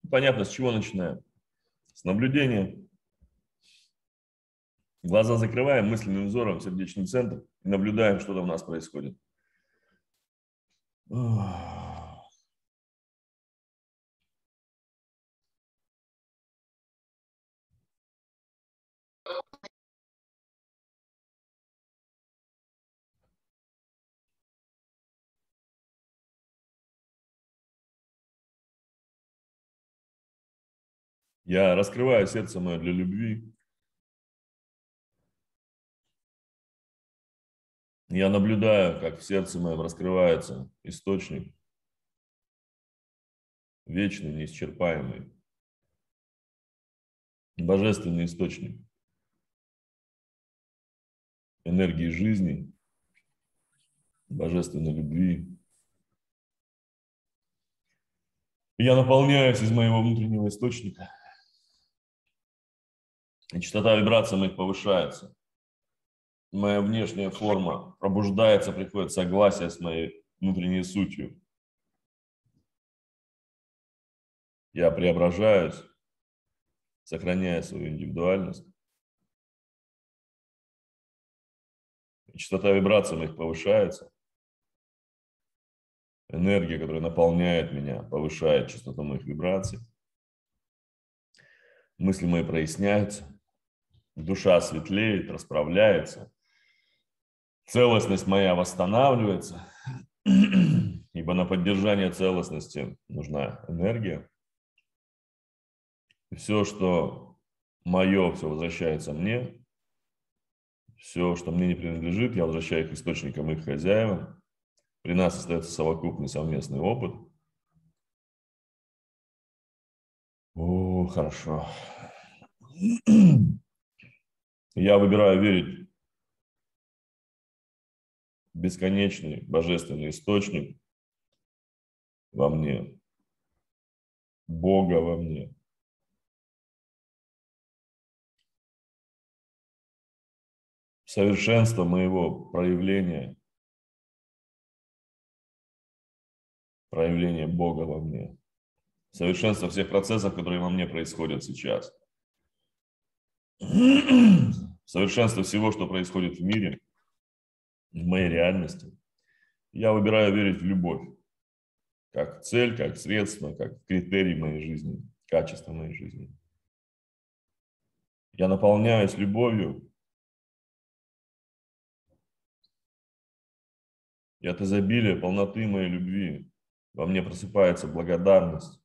Понятно, с чего начинаем? С наблюдения. Глаза закрываем, мысленным взором в сердечный центр и наблюдаем, что там у нас происходит. Я раскрываю сердце мое для любви. Я наблюдаю, как в сердце моем раскрывается источник, вечный, неисчерпаемый, божественный источник энергии жизни, божественной любви. И я наполняюсь из моего внутреннего источника, и частота вибраций моих повышается. Моя внешняя форма пробуждается, приходит согласие с моей внутренней сутью. Я преображаюсь, сохраняя свою индивидуальность. И частота вибраций моих повышается. Энергия, которая наполняет меня, повышает частоту моих вибраций. Мысли мои проясняются. Душа светлеет, расправляется. Целостность моя восстанавливается. Ибо на поддержание целостности нужна энергия. И все, что мое, все возвращается мне. Все, что мне не принадлежит, я возвращаю к источникам, их хозяевам. При нас остается совокупный совместный опыт. О, хорошо. Я выбираю верить в бесконечный божественный источник во мне, Бога во мне. Совершенство моего проявления Бога во мне. Совершенство всех процессов, которые во мне происходят сейчас. Совершенство всего, что происходит в мире, в моей реальности. Я выбираю верить в любовь, как цель, как средство, как критерий моей жизни, качество моей жизни. Я наполняюсь любовью, и от изобилия, полноты моей любви во мне просыпается благодарность.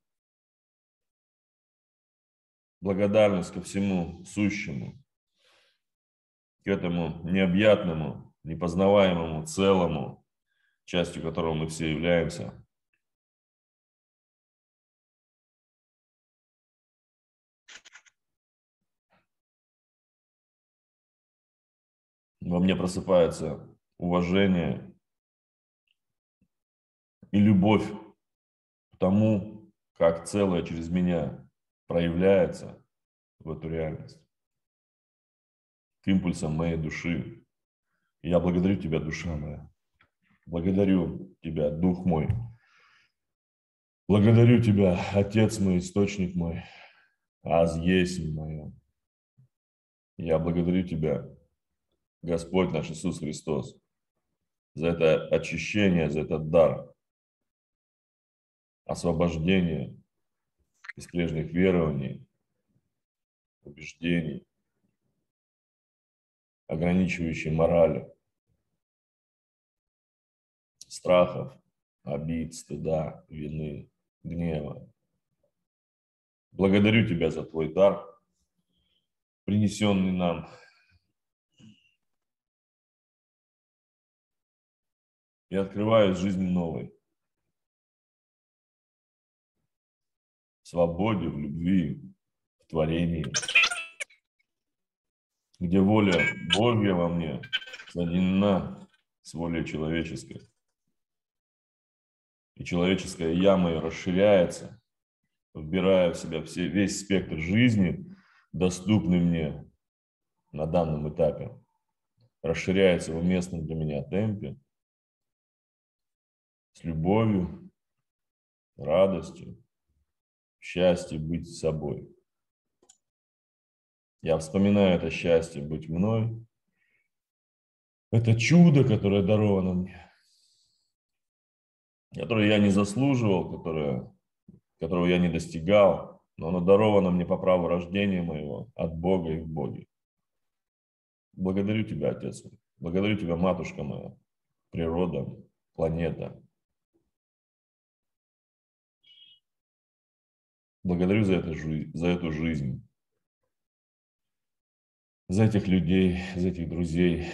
Благодарность ко всему сущему, к этому необъятному, непознаваемому, целому, частью которого мы все являемся. Во мне просыпается уважение и любовь к тому, как целое через меня проявляется в эту реальность, к импульсам моей души. И я благодарю тебя, душа моя. Благодарю тебя, дух мой. Благодарю тебя, Отец мой, источник мой, аз есть мое. Я благодарю тебя, Господь наш Иисус Христос, за это очищение, за этот дар, освобождение из прежних верований, убеждений, ограничивающей морали, страхов, обид, стыда, вины, гнева. Благодарю тебя за твой дар, принесенный нам. И открываюсь жизни новой. В свободе, в любви, в творении. Где воля Божья во мне соединена с волей человеческой. И человеческое «я» мое расширяется, вбирая в себя весь спектр жизни, доступный мне на данном этапе, расширяется в уместном для меня темпе, с любовью, радостью, счастье быть собой. Я вспоминаю это счастье быть мной. Это чудо, которое даровано мне, которое я не заслуживал, которого я не достигал, но оно даровано мне по праву рождения моего от Бога и в Боге. Благодарю тебя, Отец. Благодарю тебя, Матушка моя, природа, планета. Благодарю за эту жизнь, за этих людей, за этих друзей,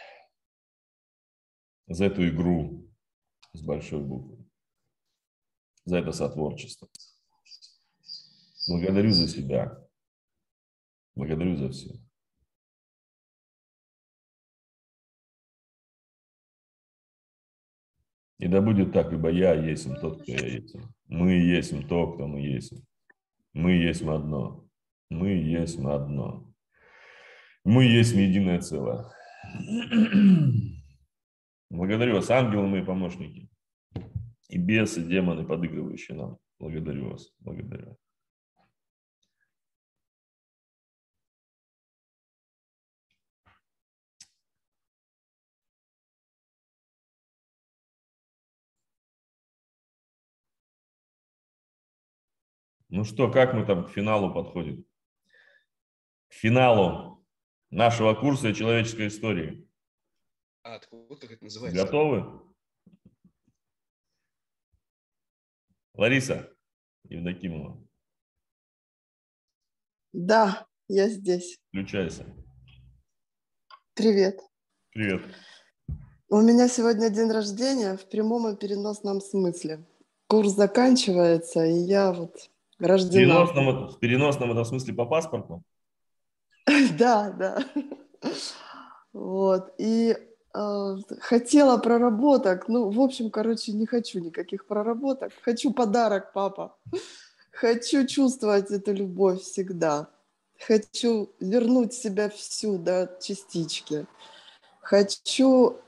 за эту игру с большой буквы, за это сотворчество. Благодарю за себя, благодарю за все. И да будет так, ибо я есть тот, кто я есть. Мы есть то, кто мы есть. Мы есть одно. Мы есть одно. Мы есть единое целое. Благодарю вас, ангелы мои помощники. И бесы, демоны, подыгрывающие нам. Благодарю вас. Благодарю. Ну что, как мы там к финалу подходим? К финалу нашего курса человеческой истории. А вот как это называется? Готовы? Лариса Евдокимова. Да, я здесь. Включайся. Привет. Привет. У меня сегодня день рождения в прямом и переносном смысле. Курс заканчивается, и я вот рождена. В переносном это в смысле по паспорту? Да, да. Вот. И хотела проработок. Ну, в общем, короче, не хочу никаких проработок. Хочу подарок, папа. Хочу чувствовать эту любовь всегда. Хочу вернуть себя всю до частички. Хочу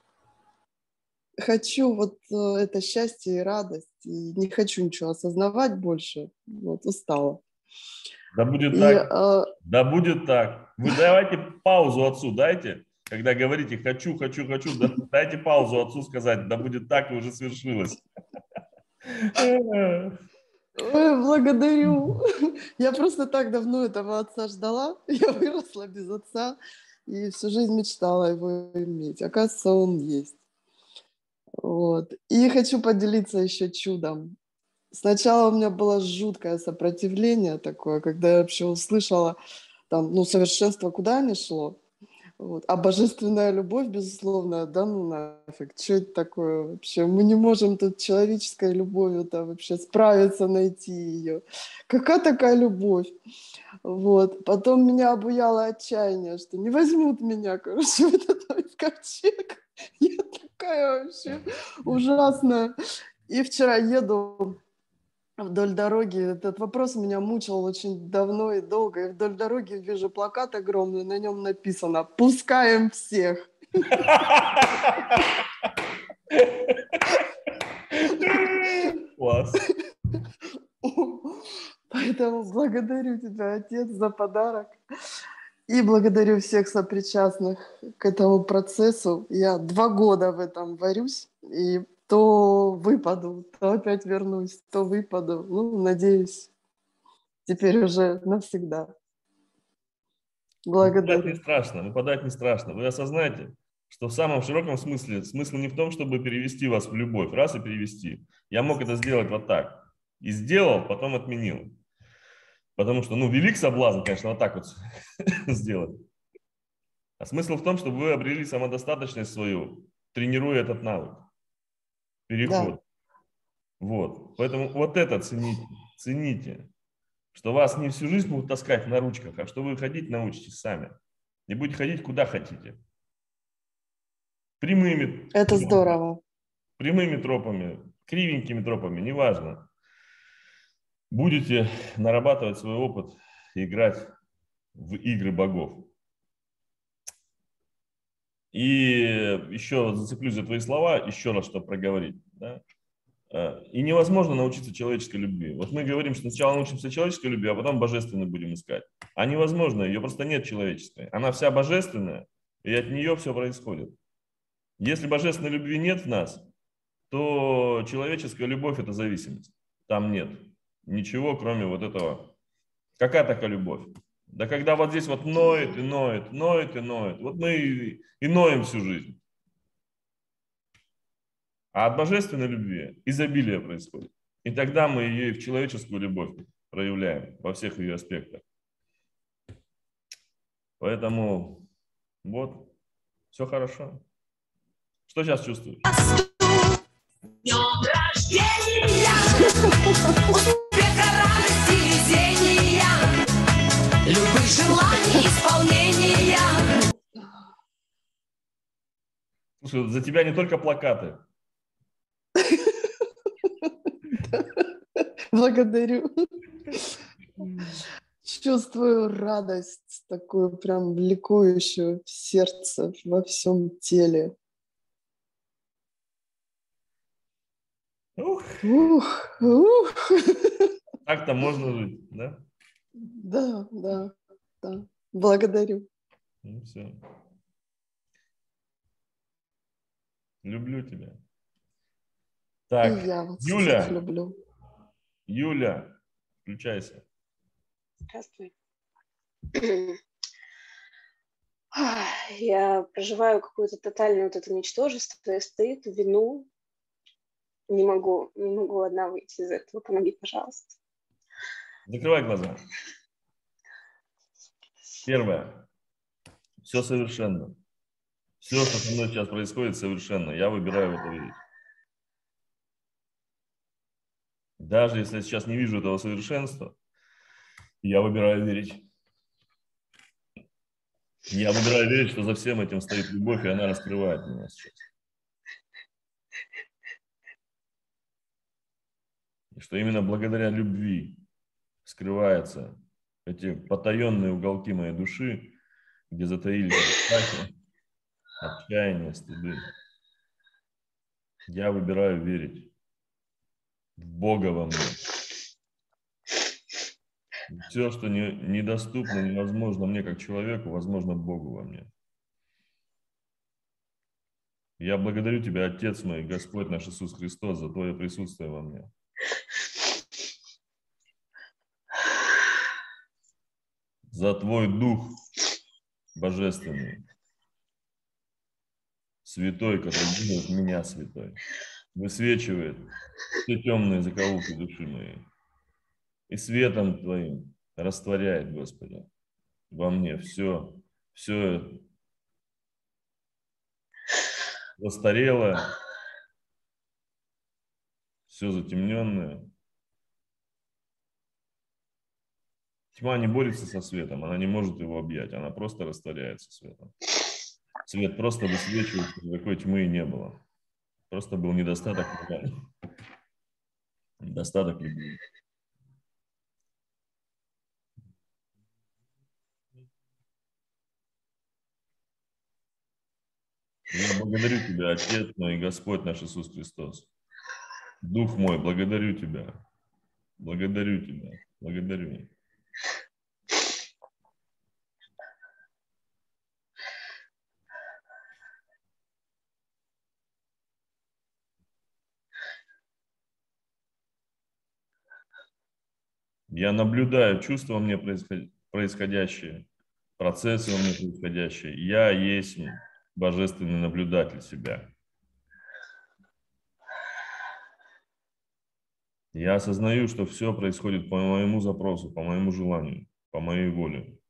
вот это счастье и радость. И не хочу ничего осознавать больше. Вот, устала. Да будет И, так. Да будет так. Вы давайте паузу отцу дайте. Когда говорите «хочу», дайте паузу отцу сказать «да будет так» и уже свершилось. Ой, благодарю. Я просто так давно этого отца ждала. Я выросла без отца и всю жизнь мечтала его иметь. Оказывается, он есть. Вот. И хочу поделиться еще чудом. Сначала у меня было жуткое сопротивление такое, когда я вообще услышала, там, ну, совершенство куда ни шло. Вот. А божественная любовь, безусловно, да ну нафиг, что это такое вообще? Мы не можем тут человеческой любовью-то вообще справиться, найти ее. Какая такая любовь? Вот. Потом меня обуяло отчаяние, что не возьмут меня, короче, в этот ковчег. Я такая вообще ужасная. И вчера еду вдоль дороги. Этот вопрос меня мучил очень давно и долго. И вдоль дороги вижу плакат огромный, на нем написано «Пускаем всех». Класс. Поэтому благодарю тебя, Отец, за подарок. И благодарю всех сопричастных к этому процессу. Я 2 года в этом варюсь. И то выпаду, то опять вернусь, то выпаду. Ну, надеюсь, теперь уже навсегда. Благодарю. Выпадать не страшно. Вы осознаете, что в самом широком смысле, смысл не в том, чтобы перевести вас в любовь, раз и перевести. Я мог это сделать вот так. И сделал, потом отменил. Потому что, ну, велик соблазн, конечно, вот так вот сделать. А смысл в том, чтобы вы обрели самодостаточность свою, тренируя этот навык. Переход. Да. Вот. Поэтому вот это цените. Цените. Что вас не всю жизнь будут таскать на ручках, а что вы ходить научитесь сами. И будете ходить куда хотите. Прямыми. Это здорово. Прямыми тропами, кривенькими тропами, неважно. Будете нарабатывать свой опыт и играть в игры богов. И еще зацеплюсь за твои слова, еще раз, чтобы проговорить. Да? И невозможно научиться человеческой любви. Вот мы говорим, что сначала научимся человеческой любви, а потом божественной будем искать. А невозможно, ее просто нет человеческой. Она вся божественная, и от нее все происходит. Если божественной любви нет в нас, то человеческая любовь – это зависимость. Там нет ничего, кроме вот этого. Какая такая любовь? Да когда вот здесь вот ноет и ноет, ноет и ноет. Вот мы и ноем всю жизнь. А от божественной любви изобилие происходит. И тогда мы ее в человеческую любовь проявляем во всех ее аспектах. Поэтому вот, все хорошо. Что сейчас чувствуешь? Днем рождения! Успеха, радости, везения! Любых желаний, исполнения! Слушай, за тебя не только плакаты. Благодарю. Чувствую радость такую прям ликующую в сердце, во всем теле. Ух, Ух. так-то можно жить, да? Да. Благодарю. Ну все. Люблю тебя. Так, И я вас всех Юля, люблю. Юля, включайся. Здравствуй. Я проживаю какое-то тотальное вот это ничтожество, стыд, вину. Не могу одна выйти из этого. Помоги, пожалуйста. Закрывай глаза. Первое. Все совершенно. Все, что со мной сейчас происходит, совершенно. Я выбираю в это верить. Даже если я сейчас не вижу этого совершенства, я выбираю верить. Я выбираю верить, что за всем этим стоит любовь, и она раскрывает меня сейчас. И что именно благодаря любви скрываются эти потаенные уголки моей души, где затаились страхи, отчаяние, стыды. Я выбираю верить в Бога во мне. Все, что недоступно, невозможно мне как человеку, возможно Богу во мне. Я благодарю Тебя, Отец мой, Господь наш Иисус Христос, за Твое присутствие во мне. За Твой Дух Божественный, Святой, который делает меня святой, высвечивает все темные закоулки души моей. И светом Твоим растворяет, Господи, во мне все застарелое, все затемненное. Тьма не борется со светом, она не может его объять, она просто растворяется светом. Свет просто высвечивает, что такой тьмы и не было. Просто был недостаток любви. Я благодарю Тебя, Отец мой и Господь наш Иисус Христос. Дух мой, благодарю Тебя. Благодарю Тебя. Благодарю. Я наблюдаю чувства во мне происходящие, процессы во мне происходящие. Я есть божественный наблюдатель себя. Я осознаю, что все происходит по моему запросу, по моему желанию, по моей воле.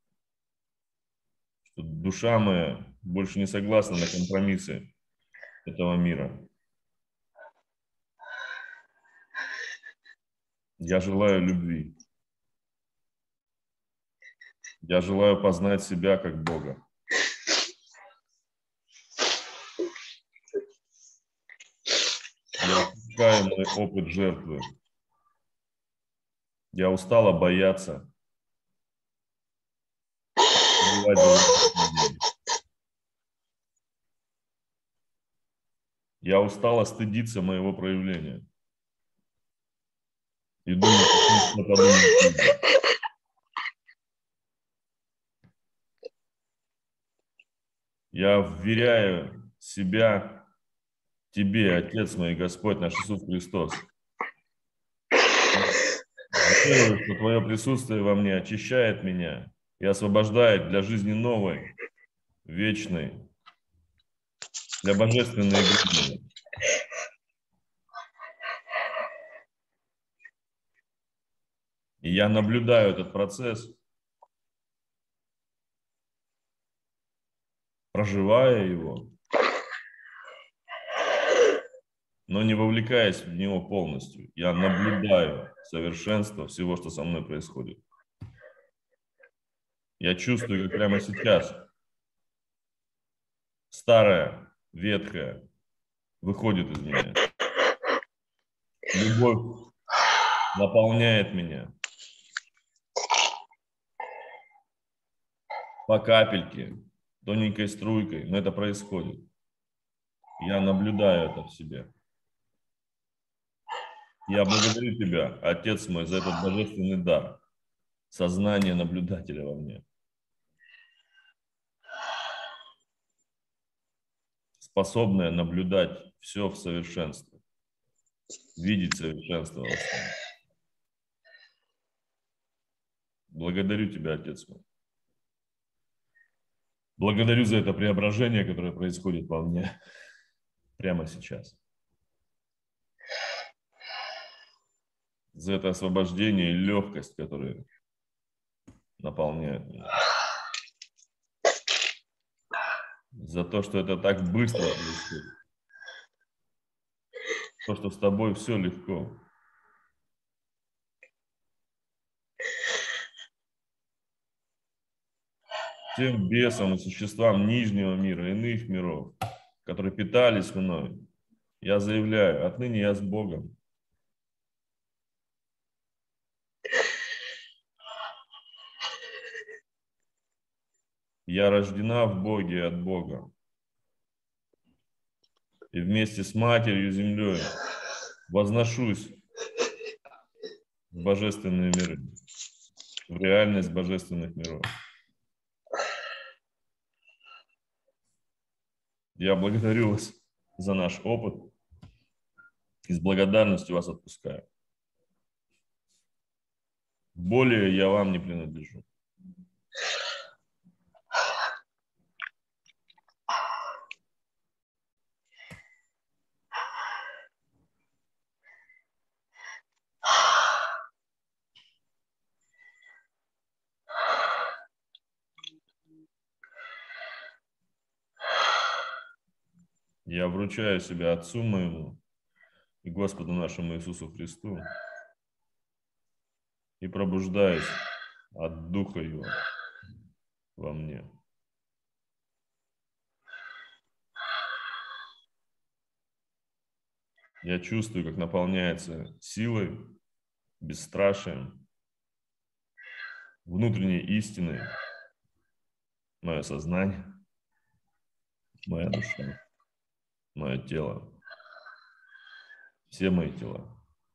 Что душа моя больше не согласна на компромиссы этого мира. Я желаю любви. Я желаю познать себя как Бога. Я отпускаю мой опыт жертвы. Я устала бояться. Я устала стыдиться моего проявления. и думать о том, что подумают люди. Я вверяю себя Тебе, Отец мой, Господь наш Иисус Христос. Верую, что Твое присутствие во мне очищает меня и освобождает для жизни новой, вечной, для божественной жизни. И я наблюдаю этот процесс, проживая его, но не вовлекаясь в него полностью. Я наблюдаю совершенство всего, что со мной происходит. Я чувствую, как прямо сейчас старое, ветхое выходит из меня. Любовь наполняет меня по капельке, тоненькой струйкой, но это происходит. Я наблюдаю это в себе. Я благодарю Тебя, Отец мой, за этот божественный дар, сознание наблюдателя во мне, способное наблюдать все в совершенстве, видеть совершенство во всем. Благодарю Тебя, Отец мой. Благодарю за это преображение, которое происходит во мне прямо сейчас. За это освобождение и легкость, которые наполняют меня. За то, что это так быстро происходит. То, что с тобой все легко. Тем бесам и существам нижнего мира, иных миров, которые питались мной, я заявляю, отныне я с Богом. Я рождена в Боге и от Бога. И вместе с Матерью Землей возношусь в божественные миры, в реальность божественных миров. Я благодарю вас за наш опыт и с благодарностью вас отпускаю. Более я вам не принадлежу. Я вручаю себя Отцу моему и Господу нашему Иисусу Христу и пробуждаюсь от Духа Его во мне. Я чувствую, как наполняется силой, бесстрашием, внутренней истиной мое сознание, моя душа, мое тело, все мои тела.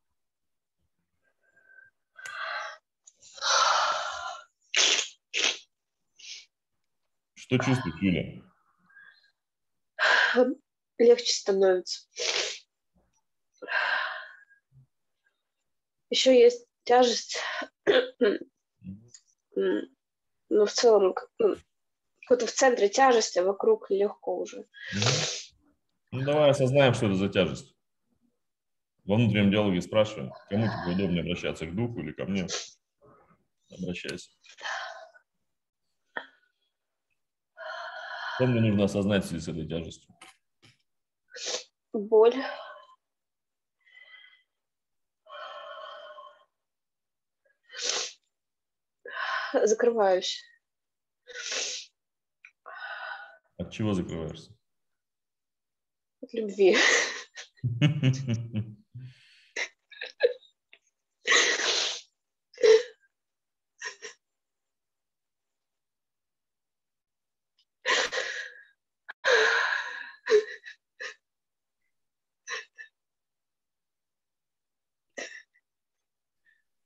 Что чувствуешь, Юля? Легче становится. Еще есть тяжесть, но в целом как-то в центре тяжести, а вокруг легко уже. Ну, давай осознаем, что это за тяжесть. Во внутреннем диалоге спрашиваем, кому тебе удобнее обращаться, к духу или ко мне. Обращайся. Что мне нужно осознать в связи с этой тяжестью? Боль. Закрываюсь. От чего закрываешься? От любви.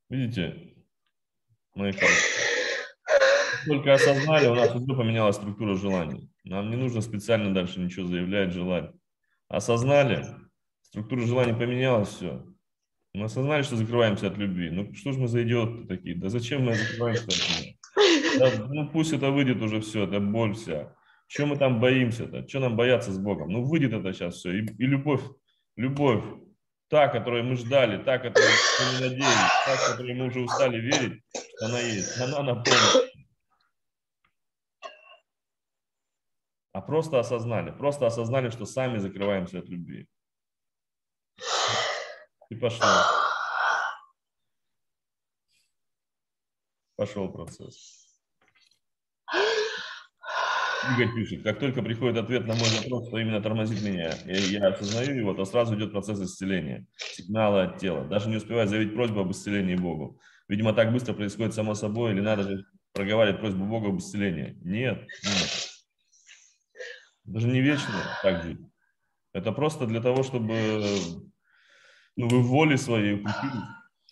Видите, мои хорошие? Только осознали, у нас уже поменялась структура желаний. Нам не нужно специально дальше ничего заявлять, желать. Осознали, структура желаний поменялась, все. Мы осознали, что закрываемся от любви. Ну что ж мы за идиоты такие? Да зачем мы закрываемся от нее? Да, ну пусть это выйдет уже все, это боль вся. Чего мы там боимся-то? Что нам бояться с Богом? Ну выйдет это сейчас все. И любовь, та, которую мы ждали, та, которую мы не надеялись, та, в которую мы уже устали верить, что она есть, она наполнит. А просто осознали, что сами закрываемся от любви. И пошел процесс. Игорь пишет, как только приходит ответ на мой запрос, что именно тормозит меня, и я осознаю его, то сразу идет процесс исцеления, сигналы от тела. Даже не успеваю заявить просьбу об исцелении Богу. Видимо, так быстро происходит само собой, или надо же проговаривать просьбу Бога об исцелении. Нет. Даже не вечно так жить. Это просто для того, чтобы вы в воле своей укрепились.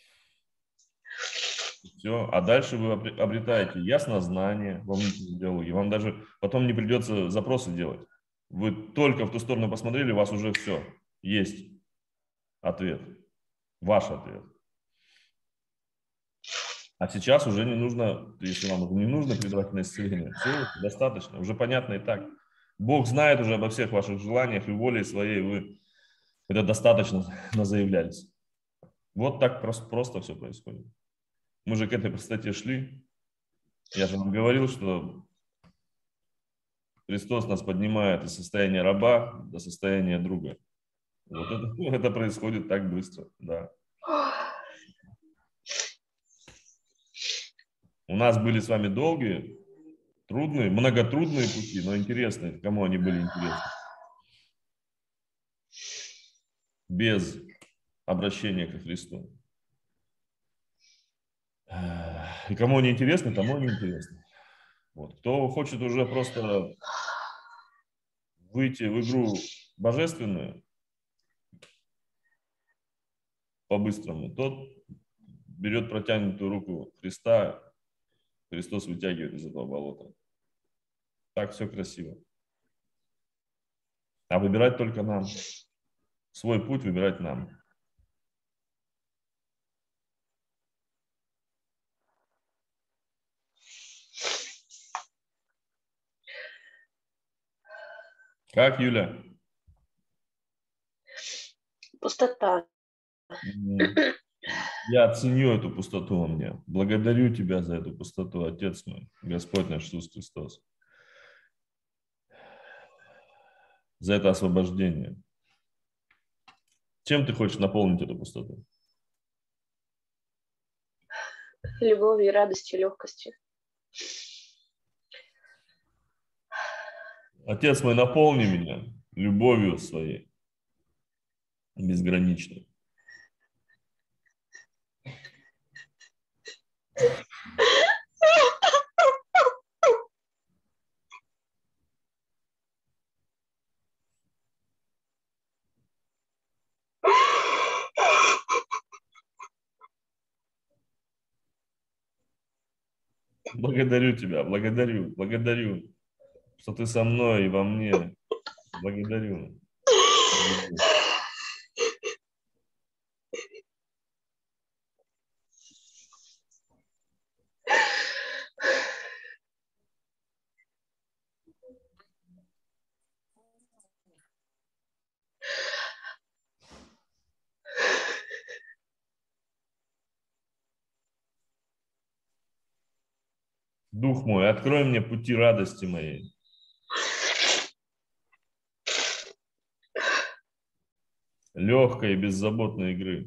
Все. А дальше вы обретаете яснознание во внутреннем диалоге. Вам даже потом не придется запросы делать. Вы только в ту сторону посмотрели, у вас уже все. Есть ответ. Ваш ответ. А сейчас уже не нужно, если вам уже не нужно предварительное исцеление, все, достаточно. Уже понятно и так. Бог знает уже обо всех ваших желаниях и воле своей. Вы это достаточно заявлялись. Вот так просто все происходит. Мы же к этой простоте шли. Я же вам говорил, что Христос нас поднимает из состояния раба до состояния друга. Вот это происходит так быстро, да. У нас были с вами долгие, трудные, многотрудные пути, но интересные. Кому они были интересны? Без обращения ко Христу. И кому они интересны, тому они интересны. Вот. Кто хочет уже просто выйти в игру божественную по-быстрому, тот берет протянутую руку Христа, Христос вытягивает из этого болота. Так все красиво. А выбирать только нам. Свой путь выбирать нам. Как, Юля? Пустота. Я ценю эту пустоту во мне. Благодарю Тебя за эту пустоту, Отец мой, Господь наш Иисус Христос. За это освобождение. Чем Ты хочешь наполнить эту пустоту? Любовью, радостью, легкостью. Отец мой, наполни меня любовью своей, безграничной. Благодарю Тебя, благодарю, что Ты со мной и во мне. Благодарю. Дух мой, открой мне пути радости моей. Легкой и беззаботной игры.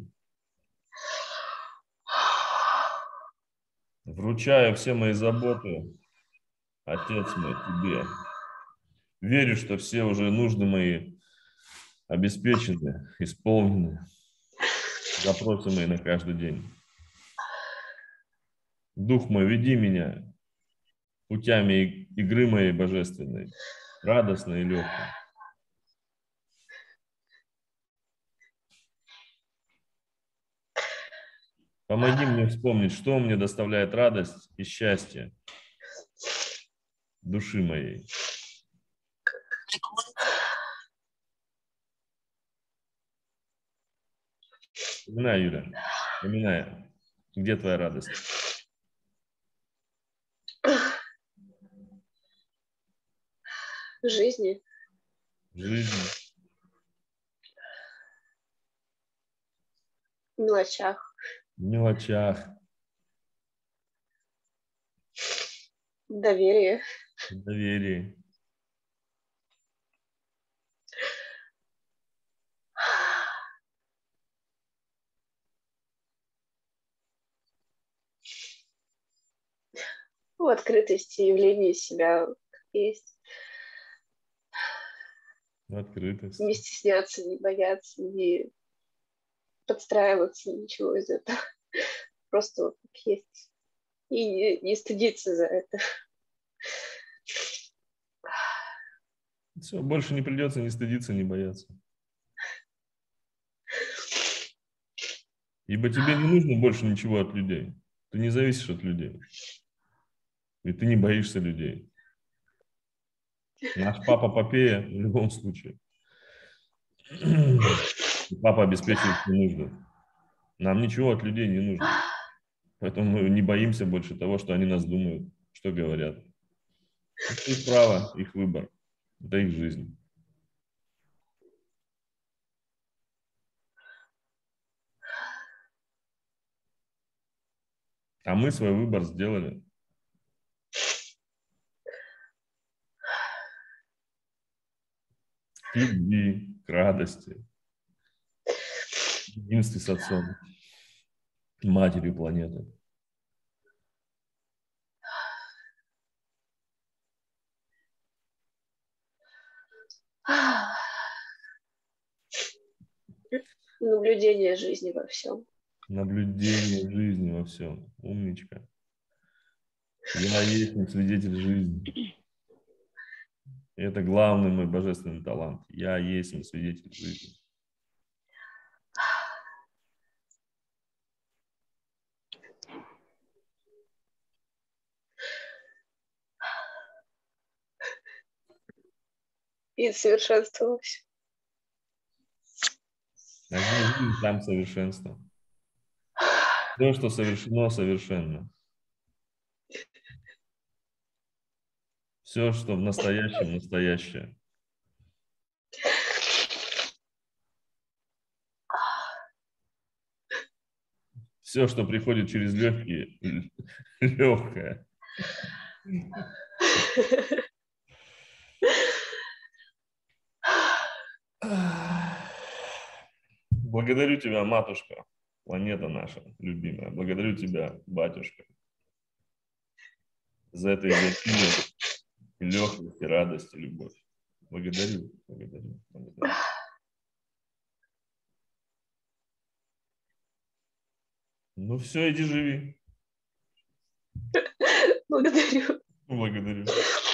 Вручаю все мои заботы, Отец мой, Тебе. Верю, что все уже нужды мои обеспечены, исполнены. Запросы мои на каждый день. Дух мой, веди меня путями игры моей божественной, радостной и легкой. Помоги мне вспомнить, что мне доставляет радость и счастье души моей. Вспоминай, Юля, вспоминай, где твоя радость? В жизни. В жизни, В мелочах. в мелочах, В доверии. в доверии. В открытости явления себя как есть. В открытости. Не стесняться, не бояться, не подстраиваться, ничего из этого. Просто вот как есть. И не стыдиться за это. Все, больше не придется ни стыдиться, ни бояться. Ибо тебе не нужно больше ничего от людей. Ты не зависишь от людей. И ты не боишься людей. Наш папа Попея в любом случае. И папа обеспечивает все нужды. Нам ничего от людей не нужно. Поэтому мы не боимся больше того, что они нас думают, что говорят. Это их право, их выбор. Это их жизнь. А мы свой выбор сделали. К любви, к радости, к единстве с Отцом, Матерью планеты. Наблюдение жизни во всем. Наблюдение жизни во всем. Умничка. Я есть свидетель жизни. И это главный мой божественный талант. Я есть свидетель жизни. И совершенство во всем. А где жизнь, там совершенство. Все, что совершено, совершенно. Все, что в настоящем, настоящее. Все, что приходит через легкие, легкое. Благодарю тебя, матушка, планета наша любимая. Благодарю тебя, батюшка, за это изобилие, легкость, и радость, и любовь. Благодарю, благодарю, благодарю. Ну все, иди живи. Благодарю. Благодарю.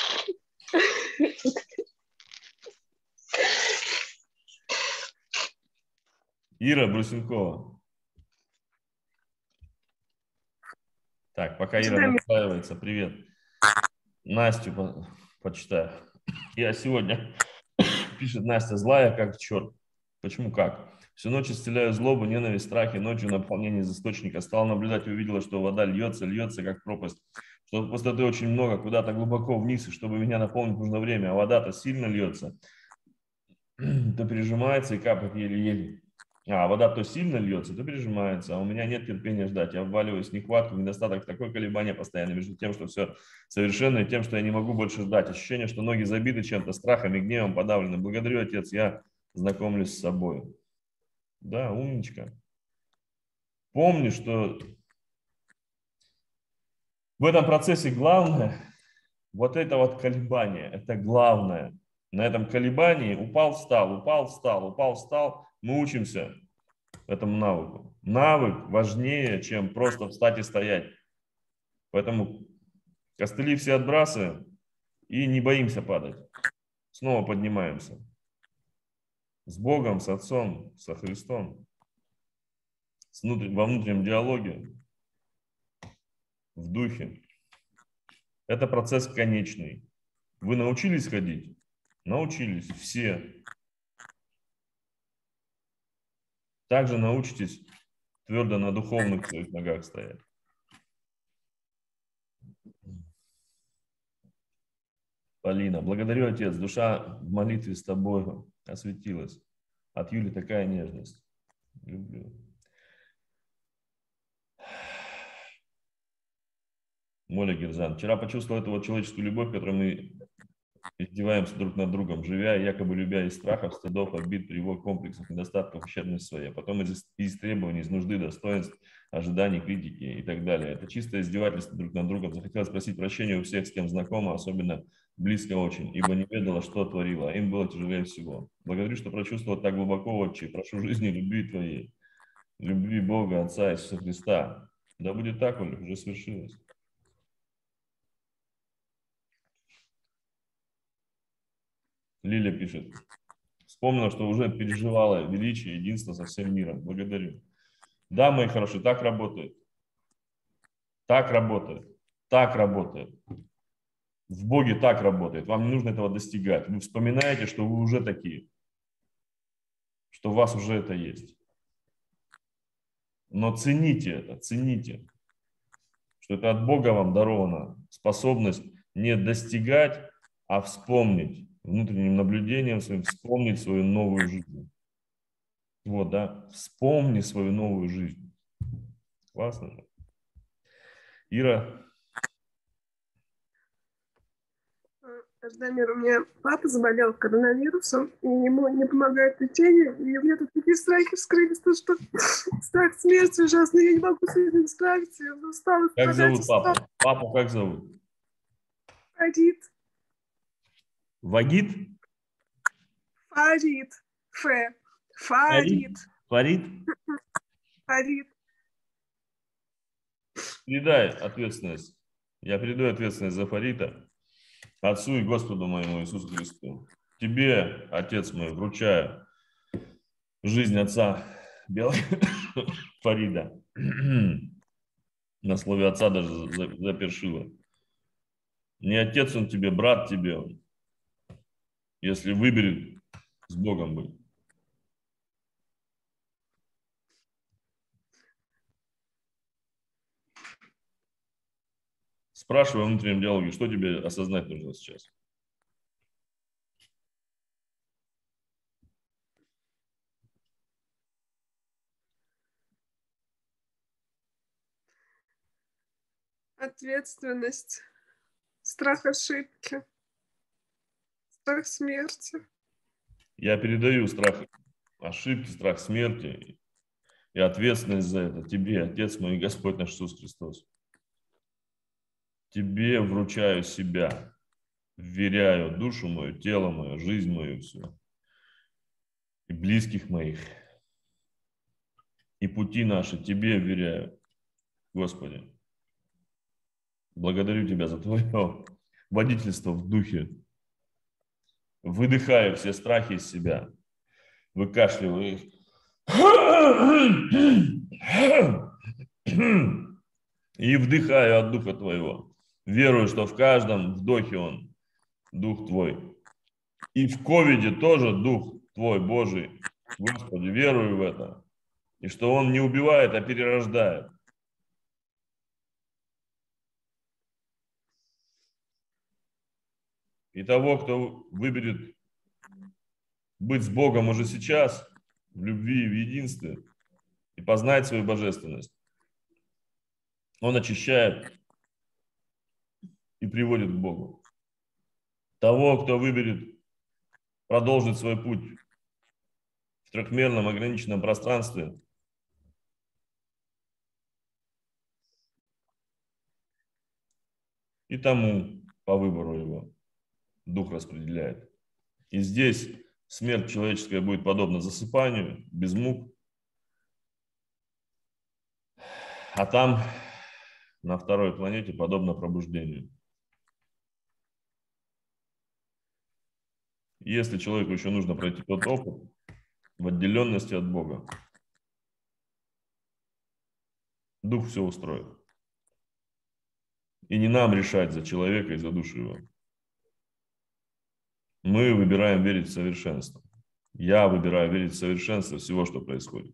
Ира Брусенкова. Так, пока Ира настраивается, привет. Настю почитаю. Я сегодня, пишет Настя, злая как черт. Почему как? Всю ночь исцеляю злобу, ненависть, страхи. Ночью наполнение из источника. Стал наблюдать и увидела, что вода льется, льется, как пропасть. Что пустоты очень много, куда-то глубоко вниз. И чтобы меня наполнить, нужно время. А вода-то сильно льется. То пережимается и капает еле-еле. А вода то сильно льется, то пережимается, а у меня нет терпения ждать. Я обваливаюсь в нехватку, недостаток, такое колебание постоянно между тем, что все совершенно, и тем, что я не могу больше ждать. Ощущение, что ноги забиты чем-то, страхами, гневом подавлены. Благодарю, Отец, я знакомлюсь с собой. Да, умничка. Помни, что в этом процессе главное, вот это вот колебание, это главное. На этом колебании упал, встал, упал, встал, упал, встал. Мы учимся этому навыку. Навык важнее, чем просто встать и стоять. Поэтому костыли все отбрасываем и не боимся падать. Снова поднимаемся. С Богом, с Отцом, со Христом. во внутреннем диалоге, в духе. Это процесс конечный. Вы научились ходить? Научились все. Также научитесь твердо на духовных своих ногах стоять. Полина, благодарю, Отец. Душа в молитве с тобой осветилась. От Юли такая нежность. Люблю. Моля Герзан. Вчера почувствовал эту вот человеческую любовь, которой мы издеваемся друг над другом, живя, якобы любя из страхов, стыдов, обид, тревог, комплексов, недостатков, ущербности своей. А потом из требований, из нужды, достоинств, ожиданий, критики и так далее. Это чистое издевательство друг над другом. Захотелось просить прощения у всех, с кем знакома, особенно близко очень, ибо не ведала, что творила, а им было тяжелее всего. Благодарю, что прочувствовала так глубоко, Отче, прошу жизни и любви Твоей, любви Бога, Отца Иисуса Христа. Да будет так, Оля, уже свершилось. Лиля пишет. Вспомнила, что уже переживала величие, единство со всем миром. Благодарю. Да, мои хорошие, так работает. Так работает. Так работает. В Боге так работает. Вам не нужно этого достигать. Вы вспоминаете, что вы уже такие. Что у вас уже это есть. Но цените это, цените. Что это от Бога вам дарована способность не достигать, а вспомнить. Внутренним наблюдением своим вспомнить свою новую жизнь. Вот, да, вспомни свою новую жизнь. Классно же. Ира. Дамир, у меня папа заболел коронавирусом, и ему не помогает лечение, и у меня тут такие страхи вскрылись, то что страх смерти ужасный, я не могу с этим справиться, я устала. Как зовут папу? Папу как зовут? Фарид. Вагит? Фарид. Фарид. Фарид? Фарид. Передай ответственность. Я передаю ответственность за Фарида Отцу и Господу моему Иисусу Христу. Тебе, Отец мой, вручаю жизнь отца Фарида. На слове отца даже запершило. Не отец он тебе, брат тебе он. Если выберет с Богом быть. Спрашивай в внутреннем диалоге, что тебе осознать нужно сейчас. Ответственность. Страх ошибки. Страх смерти. Я передаю страх ошибки, страх смерти и ответственность за это тебе, Отец мой, Господь наш Иисус Христос. Тебе вручаю себя, вверяю душу мою, тело мое, жизнь мою всю, и близких моих, и пути наши тебе вверяю, Господи. Благодарю Тебя за Твое водительство в духе. Выдыхаю все страхи из себя, выкашливаю их. И вдыхаю от Духа Твоего. Верую, что в каждом вдохе Он, Дух Твой. И в ковиде тоже Дух Твой, Божий. Господи, верую в это. И что Он не убивает, а перерождает. И того, кто выберет быть с Богом уже сейчас, в любви и в единстве, и познать свою божественность, Он очищает и приводит к Богу. Того, кто выберет продолжить свой путь в трехмерном ограниченном пространстве, и тому по выбору его Дух распределяет. И здесь смерть человеческая будет подобна засыпанию, без мук. А там, на второй планете, подобно пробуждению. Если человеку еще нужно пройти тот опыт в отделенности от Бога, Дух все устроит. И не нам решать за человека и за душу его. Мы выбираем верить в совершенство. Я выбираю верить в совершенство всего, что происходит.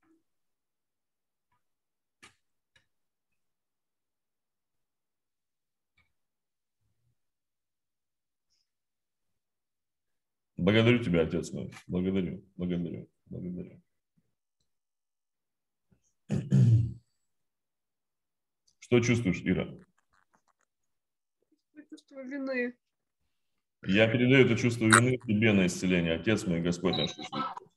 Благодарю тебя, Отец мой. Благодарю, благодарю, благодарю. Что чувствуешь, Ира? Чувство вины. Я передаю это чувство вины тебе на исцеление, Отец мой, Господь наш Иисус.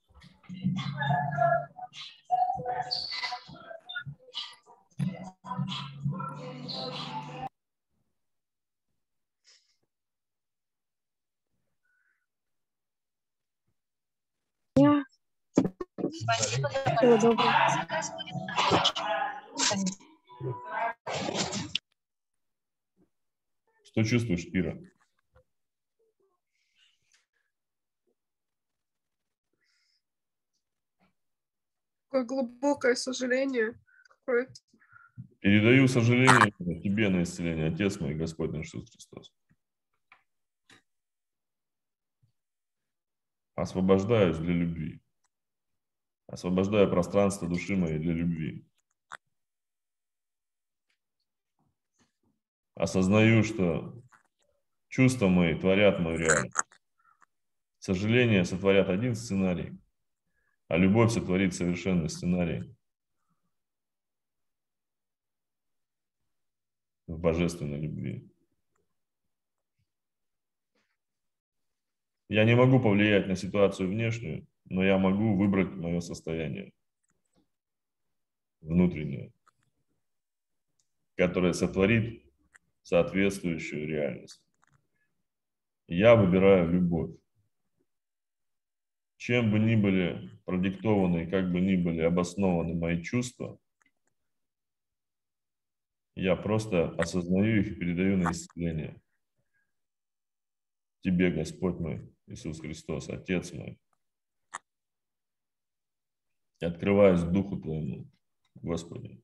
Всего доброго. Что чувствуешь, Ира? Такое глубокое сожаление какое-то. Передаю сожаление тебе на исцеление, Отец мой, Господь наш Иисус Христос. Освобождаюсь для любви. Освобождаю пространство души моей для любви. Осознаю, что чувства мои творят мою реальность. Сожаление сотворят один сценарий, а любовь сотворит совершенный сценарий в божественной любви. Я не могу повлиять на ситуацию внешнюю, но я могу выбрать мое состояние внутреннее, которое сотворит соответствующую реальность. Я выбираю любовь. Чем бы ни были продиктованы, как бы ни были обоснованы мои чувства, я просто осознаю их и передаю на исцеление. Тебе, Господь мой, Иисус Христос, Отец мой. И открываюсь Духу Твоему, Господи.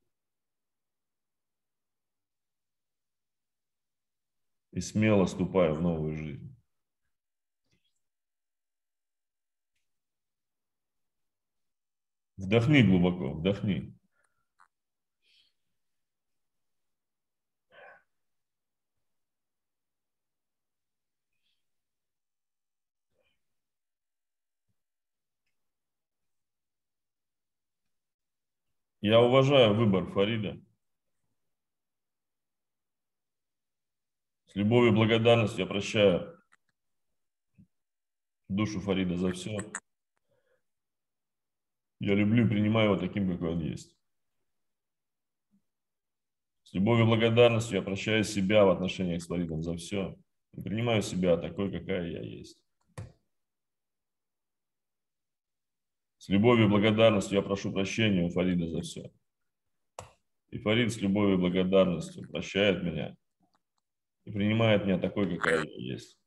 И смело ступаю в новую жизнь. Вдохни глубоко, вдохни. Я уважаю выбор Фарида. С любовью и благодарностью я прощаю душу Фарида за все. Я люблю и принимаю его таким, какой он есть. С любовью и благодарностью я прощаю себя в отношениях с Фаридом за все. И принимаю себя такой, какая я есть. С любовью и благодарностью я прошу прощения у Фарида за все. И Фарид с любовью и благодарностью прощает меня и принимает меня такой, какая я есть.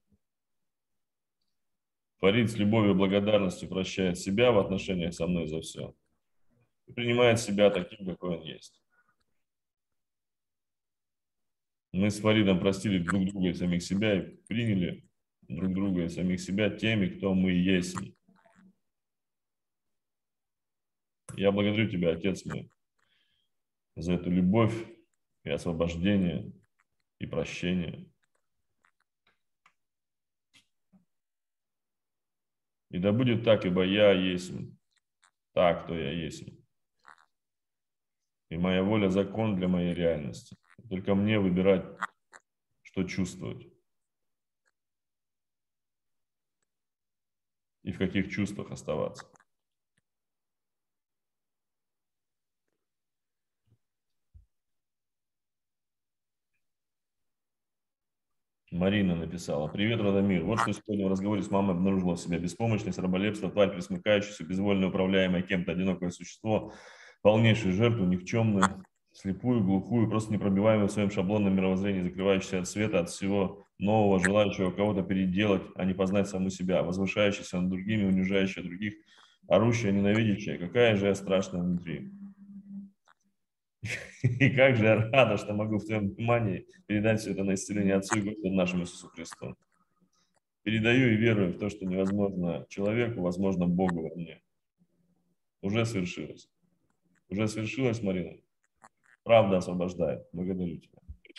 Фарид с любовью и благодарностью прощает себя в отношениях со мной за все. И принимает себя таким, какой он есть. Мы с Фаридом простили друг друга и самих себя и приняли друг друга и самих себя теми, кто мы есть. Я благодарю тебя, Отец мой, за эту любовь и освобождение и прощение. И да будет так, ибо я есть так, кто я есть. И моя воля – закон для моей реальности. Только мне выбирать, что чувствовать. И в каких чувствах оставаться. Марина написала. Привет, Радомир. Вот что сегодня в разговоре с мамой обнаружила в себе. Беспомощность, раболепство, тварь, присмыкающаяся, безвольно управляемое кем-то одинокое существо, полнейшую жертву, никчемную, слепую, глухую, просто непробиваемую в своем шаблонном мировоззрении, закрывающуюся от света, от всего нового, желающего кого-то переделать, а не познать саму себя, возвышающаяся над другими, унижающая других, орущая, ненавидящая. Какая же я страшная внутри. И как же я рада, что могу в твоем внимании передать все это на исцеление Отцу и Господу нашему Иисусу Христу. Передаю и верую в то, что невозможно человеку, возможно Богу во мне. Уже свершилось. Уже свершилось, Марина. Правда освобождает. Благодарю тебя.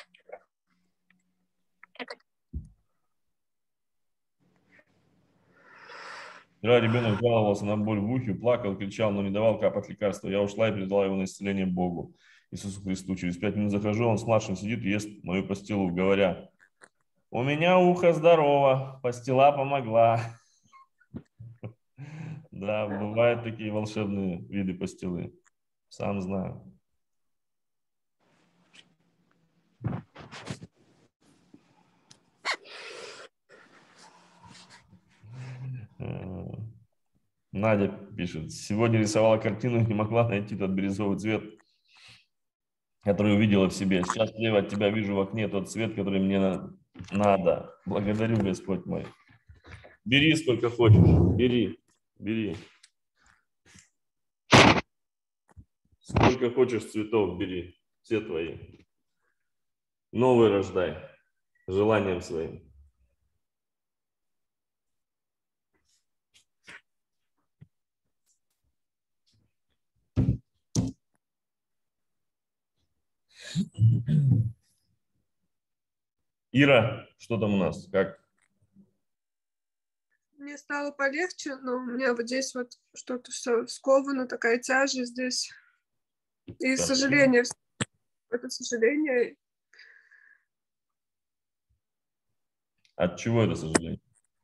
Вчера ребенок жаловался на боль в ухе, плакал, кричал, но не давал капать лекарства. Я ушла и передала его на исцеление Богу, Иисусу Христу. Через 5 минут захожу, он с младшим сидит и ест мою пастилу, говоря: у меня ухо здорово, пастила помогла. Да, бывают такие волшебные виды пастилы. Сам знаю. Надя пишет: сегодня рисовала картину и не могла найти тот бирюзовый цвет, который увидела в себе. Сейчас слева от тебя вижу в окне тот цвет, который мне надо. Благодарю, Господь мой. Бери сколько хочешь. Бери. Бери. Сколько хочешь цветов бери. Все твои. Новый рождай. Желанием своим. Ира, что там у нас? Как? Мне стало полегче, но у меня вот здесь вот что-то все сковано, такая тяжесть здесь. И сожаление, это сожаление. От чего это сожаление?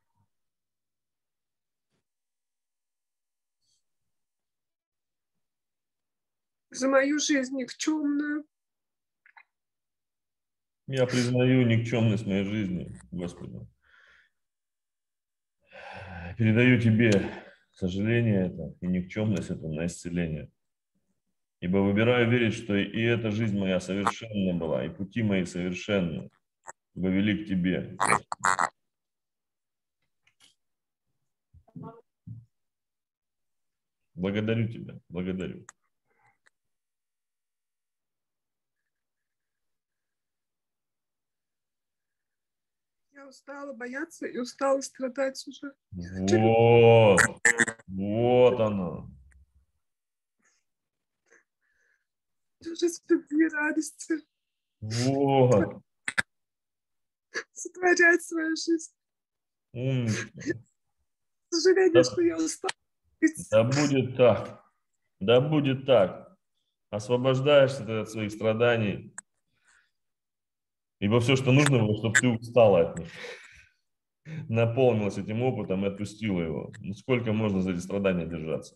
За мою жизнь никчемную. Я признаю никчемность моей жизни, Господи. Передаю тебе сожаление это и никчемность это на исцеление. Ибо выбираю верить, что и эта жизнь моя совершенна была, и пути мои совершенны, ибо вели к тебе. Благодарю тебя, благодарю. Я устала бояться и устала страдать уже. Вот, вот оно. Жизнь любви, радости. Вот. Сотворять свою жизнь. Умничка. Сожаление, что я устала. Да будет так. Да будет так. Освобождаешься ты от своих страданий. Ибо все, что нужно было, чтобы ты устала от них. Наполнилась этим опытом и отпустила его. Ну, сколько можно за эти страдания держаться?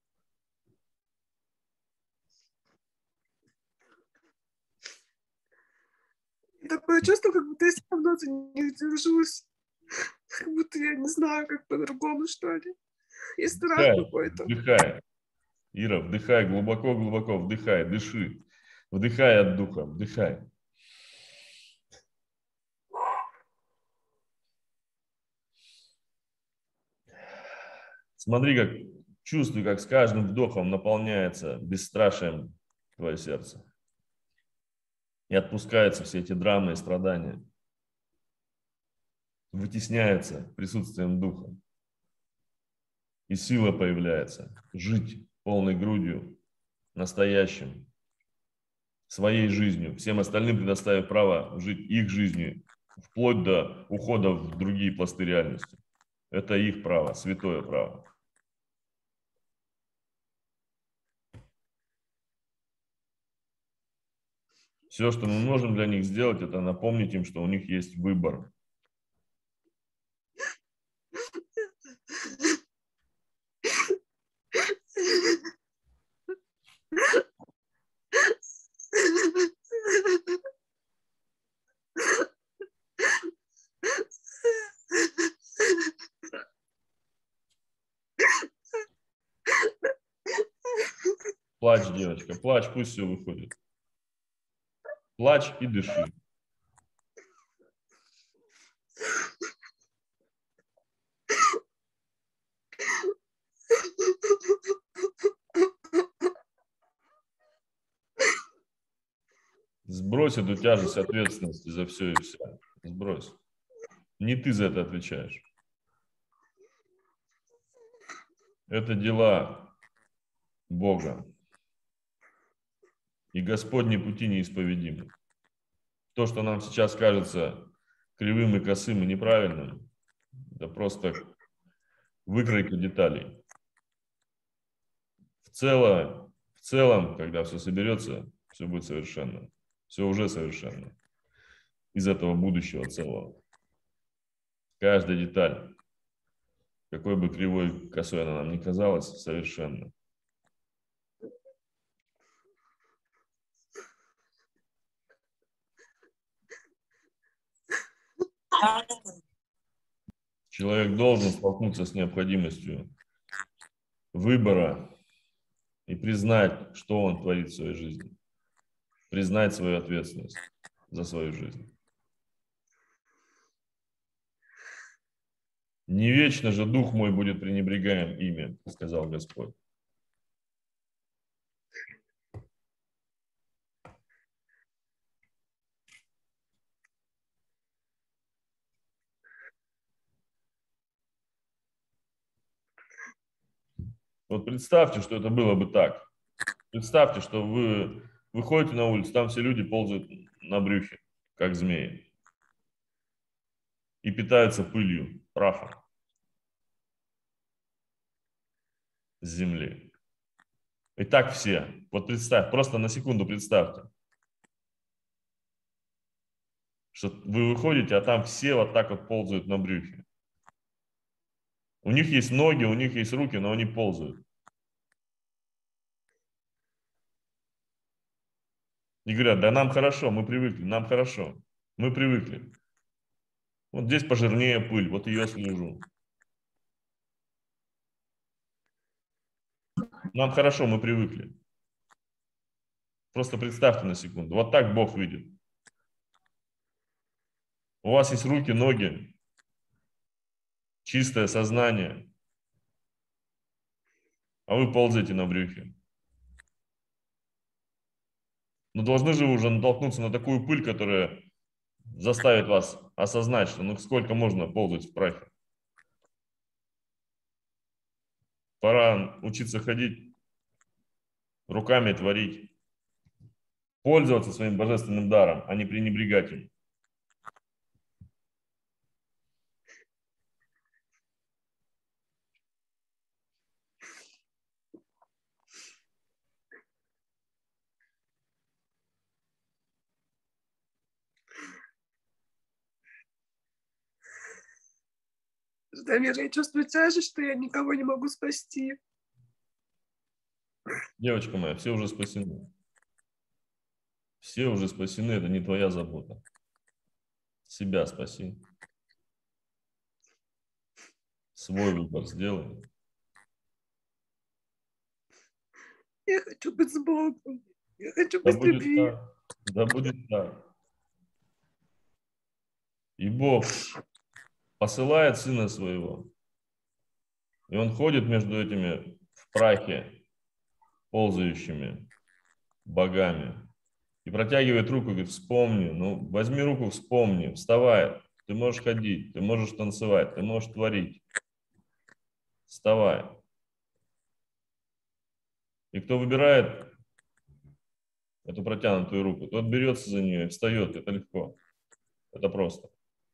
Такое чувство, как будто я все равно за них держусь. Как будто я не знаю, как по-другому, что ли. И страх Вдыхай, какой-то. вдыхай. Ира, вдыхай глубоко-глубоко, вдыхай, дыши. Вдыхай от духа, вдыхай. Смотри, как чувствуй, как с каждым вдохом наполняется бесстрашием твое сердце. И отпускаются все эти драмы и страдания. Вытесняются присутствием духа. И сила появляется жить полной грудью, настоящим, своей жизнью, всем остальным предоставив право жить их жизнью, вплоть до ухода в другие пласты реальности. Это их право, святое право. Все, что мы можем для них сделать, это напомнить им, что у них есть выбор. Плачь, девочка, плачь, пусть все выходит. Плачь и дыши. Сбрось эту тяжесть ответственности за все и вся. Сбрось. Не ты за это отвечаешь. Это дела Бога. И Господни пути неисповедимы. То, что нам сейчас кажется кривым и косым и неправильным, это просто выкройка деталей. В целом, когда все соберется, все будет совершенно. Все уже совершенно. Из этого будущего целого. Каждая деталь, какой бы кривой, косой она нам ни казалась, совершенно. Человек должен столкнуться с необходимостью выбора и признать, что он творит в своей жизни. Признать свою ответственность за свою жизнь. Не вечно же дух мой будет пренебрегаем ими, сказал Господь. Вот представьте, что это было бы так. Представьте, что вы выходите на улицу, там все люди ползают на брюхе, как змеи. И питаются пылью, прахом с земли. И так все. Вот представь, просто на секунду представьте, что вы выходите, а там все вот так вот ползают на брюхе. У них есть ноги, у них есть руки, но они ползают. И говорят, да нам хорошо, мы привыкли, нам хорошо, мы привыкли. Вот здесь пожирнее пыль, вот ее слежу. Нам хорошо, мы привыкли. Просто представьте на секунду, вот так Бог видит. У вас есть руки, ноги, чистое сознание, а вы ползаете на брюхе. Но должны же вы уже натолкнуться на такую пыль, которая заставит вас осознать, что ну сколько можно ползать в прахе. Пора учиться ходить, руками творить, пользоваться своим божественным даром, а не пренебрегать им. Дамир, я чувствую тяжесть, что я никого не могу спасти. Девочка моя, все уже спасены. Все уже спасены, это не твоя забота. Себя спаси. Свой выбор сделай. Я хочу быть с Богом. Я хочу Да быть будет любви. так. Да будет так. И Бог посылает Сына Своего. И Он ходит между этими в прахе ползающими богами. И протягивает руку и говорит, вспомни, ну возьми руку, вспомни, вставай. Ты можешь ходить, ты можешь танцевать, ты можешь творить. Вставай. И кто выбирает эту протянутую руку, тот берется за нее и встает. Это легко. Это просто.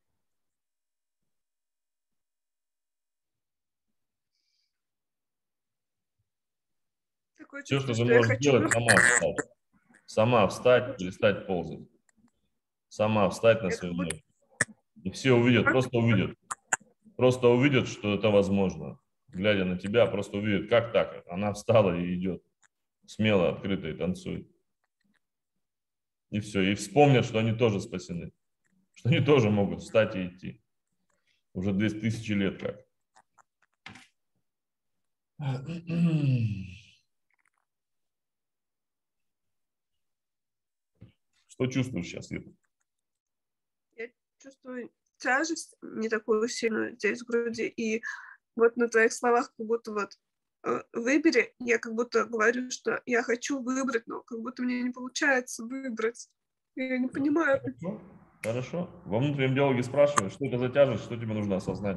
Такое Все, что чувство, ты что я можешь хочу сделать, просто... сама встать, перестать ползать. Сама встать на свои ноги. И все увидят, просто увидят, что это возможно. Глядя на тебя, просто увидят, как так. Она встала и идет. Смело, открыто и танцует. И все. И вспомнят, что они тоже спасены. Что они тоже могут встать и идти. Уже 2000 лет как. Что чувствуешь сейчас, Ира? Я чувствую тяжесть не такую сильную здесь в груди. И вот на твоих словах как будто вот выбери, я как будто говорю, что я хочу выбрать, но как будто мне не получается выбрать. Я не понимаю. Хорошо. Хорошо. Во внутреннем диалоге спрашивай, что это за тяжесть, что тебе нужно осознать.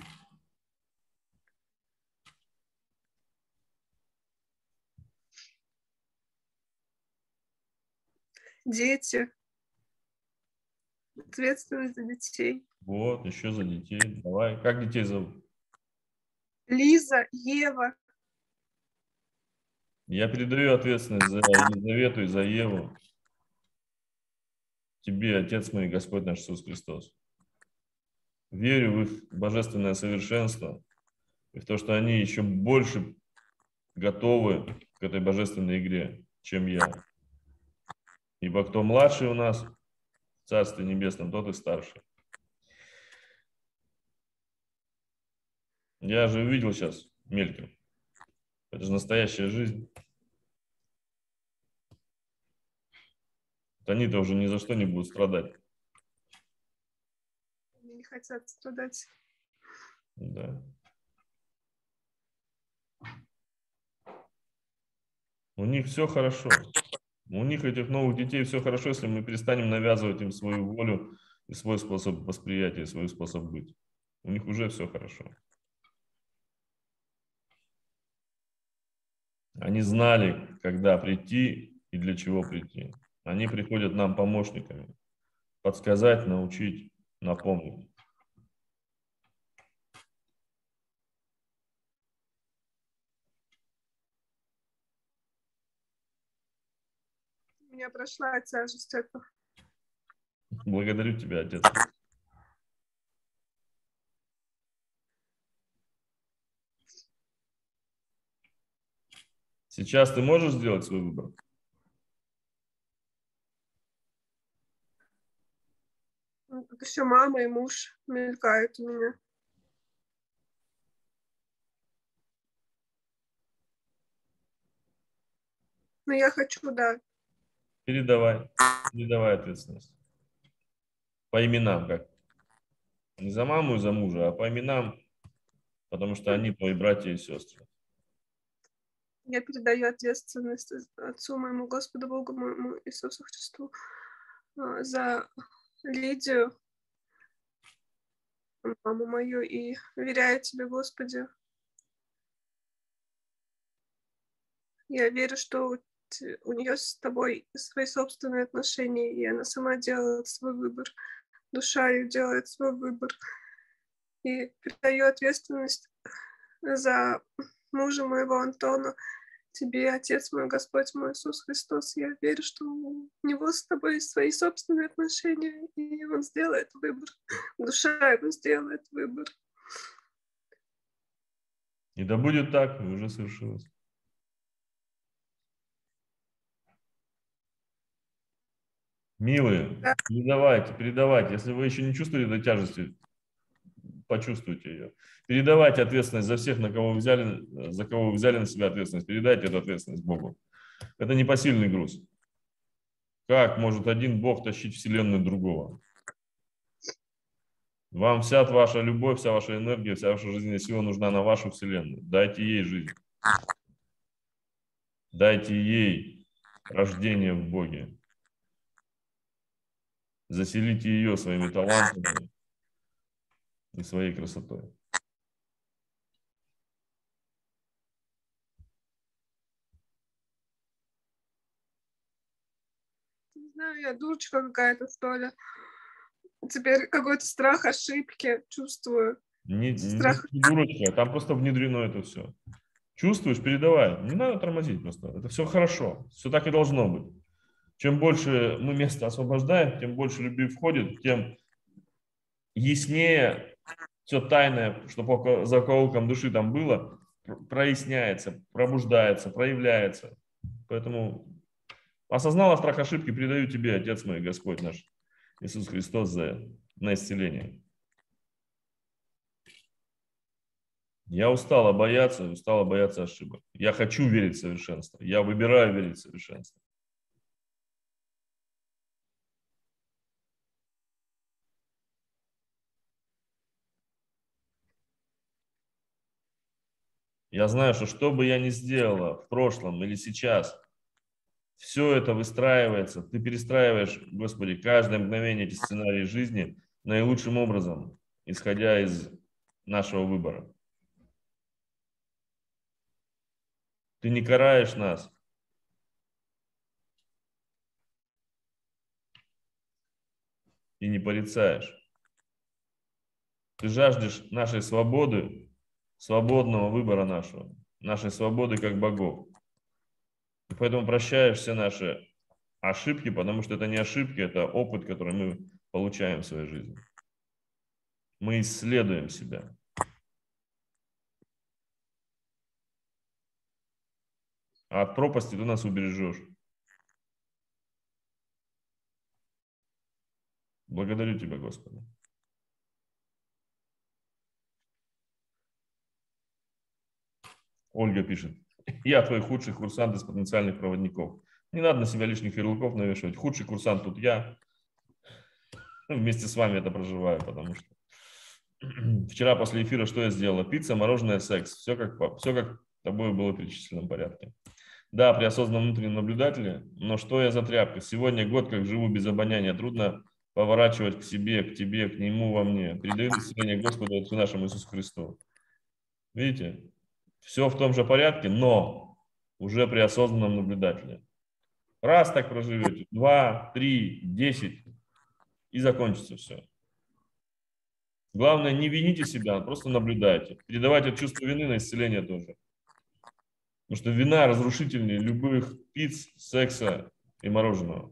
Дети. Ответственность за детей. Вот, еще за детей. Давай. Как детей зовут? Лиза, Ева. Я передаю ответственность за Елизавету и за Еву тебе, Отец мой, Господь наш Иисус Христос. Верю в их божественное совершенство и в то, что они еще больше готовы к этой божественной игре, чем я. Ибо кто младший у нас в Царстве Небесном, тот и старший. Я же увидел сейчас мельком. Это же настоящая жизнь. Они-то уже ни за что не будут страдать. Они не хотят страдать. Да. У них все хорошо. У них, этих новых детей, все хорошо, если мы перестанем навязывать им свою волю и свой способ восприятия, свой способ быть. У них уже все хорошо. Они знали, когда прийти и для чего прийти. Они приходят нам помощниками. Подсказать, научить, напомнить. У меня прошла тяжесть этого. Благодарю тебя, Отец. Сейчас ты можешь сделать свой выбор? Тут еще мама и муж мелькают у меня. Но я хочу, да. Передавай ответственность. По именам как. Не за маму и за мужа, а по именам, потому что они твои братья и сестры. Я передаю ответственность Отцу моему, Господу Богу моему, Иисусу Христу, за Лидию, маму мою, и веряю Тебе, Господи. Я верю, что у нее с Тобой свои собственные отношения, и она сама делает свой выбор. Душа ее делает свой выбор. И передаю ответственность за мужа моего Антона Тебе, Отец мой, Господь мой, Иисус Христос. Я верю, что у него с Тобой свои собственные отношения, и он сделает выбор. Душа его сделает выбор. И да будет так, и уже совершилось. Милые, Да. передавайте. Если вы еще не чувствуете этой тяжести, почувствуйте ее. Передавайте ответственность за всех, за кого вы взяли на себя ответственность. Передайте эту ответственность Богу. Это непосильный груз. Как может один Бог тащить вселенную другого? Вам вся ваша любовь, вся ваша энергия, вся ваша жизненная сила нужна на вашу вселенную. Дайте ей жизнь. Дайте ей рождение в Боге. Заселите ее своими талантами и своей красотой. Не знаю, я дурочка какая-то, что ли. Теперь какой-то страх ошибки чувствую. Не Страх. дурочка, там просто внедрено это все. Чувствуешь, передавай. Не надо тормозить просто. Это все хорошо. Все так и должно быть. Чем больше мы места освобождаем, тем больше любви входит, тем яснее все тайное, что по закоулкам души там было, проясняется, пробуждается, проявляется. Поэтому осознала страх ошибки, передаю тебе, Отец мой, Господь наш, Иисус Христос, на исцеление. Я устала бояться ошибок. Я хочу верить в совершенство. Я выбираю верить в совершенство. Я знаю, что бы я ни сделала в прошлом или сейчас, Все это выстраивается, ты перестраиваешь, Господи, каждое мгновение эти сценарии жизни наилучшим образом, исходя из нашего выбора. Ты не караешь нас. И не порицаешь. Ты жаждешь нашей свободы, свободного выбора нашего, нашей свободы как богов. И поэтому прощаешь все наши ошибки, потому что это не ошибки, это опыт, который мы получаем в своей жизни. Мы исследуем себя. А от пропасти ты нас убережешь. Благодарю Тебя, Господи. Ольга пишет. Я твой худший курсант из потенциальных проводников. Не надо на себя лишних ярлыков навешивать. Худший курсант тут я. Вместе с вами это проживаю, потому что вчера после эфира что я сделала? Пицца, мороженое, секс. Все как тобой было в перечисленном порядке. Да, при осознанном внутреннем наблюдателе, но что я за тряпка? Сегодня год как живу без обоняния. Трудно поворачивать к себе, к тебе, к нему во мне. Передаю исцеление Господу Отцу нашему Иисусу Христу. Видите? Все в том же порядке, но уже при осознанном наблюдателе. Раз так проживете, 2, 3, 10 и закончится все. Главное, не вините себя, просто наблюдайте. Передавайте чувство вины на исцеление тоже. Потому что вина разрушительнее любых пиц, секса и мороженого.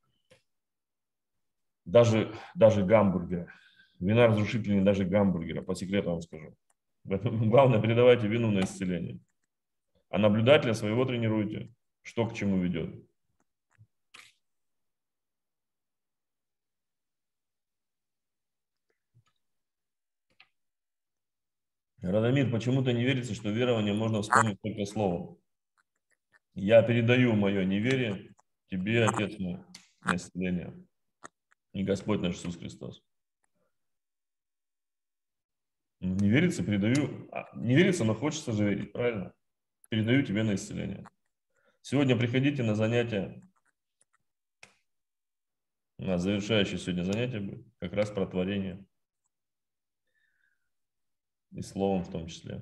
Даже гамбургера. Вина разрушительнее даже гамбургера, по секрету вам скажу. Поэтому главное, передавайте вину на исцеление. А наблюдателя своего тренируйте, что к чему ведет. Радомир, почему-то не верится, что верование можно вспомнить только словом. Я передаю мое неверие тебе, Отец мой, на исцеление. И Господь наш Иисус Христос. Не верится, передаю. Не верится, но хочется же верить, правильно? Передаю тебе на исцеление. Сегодня приходите на занятия. У нас завершающее сегодня занятие будет как раз про творение. И словом в том числе.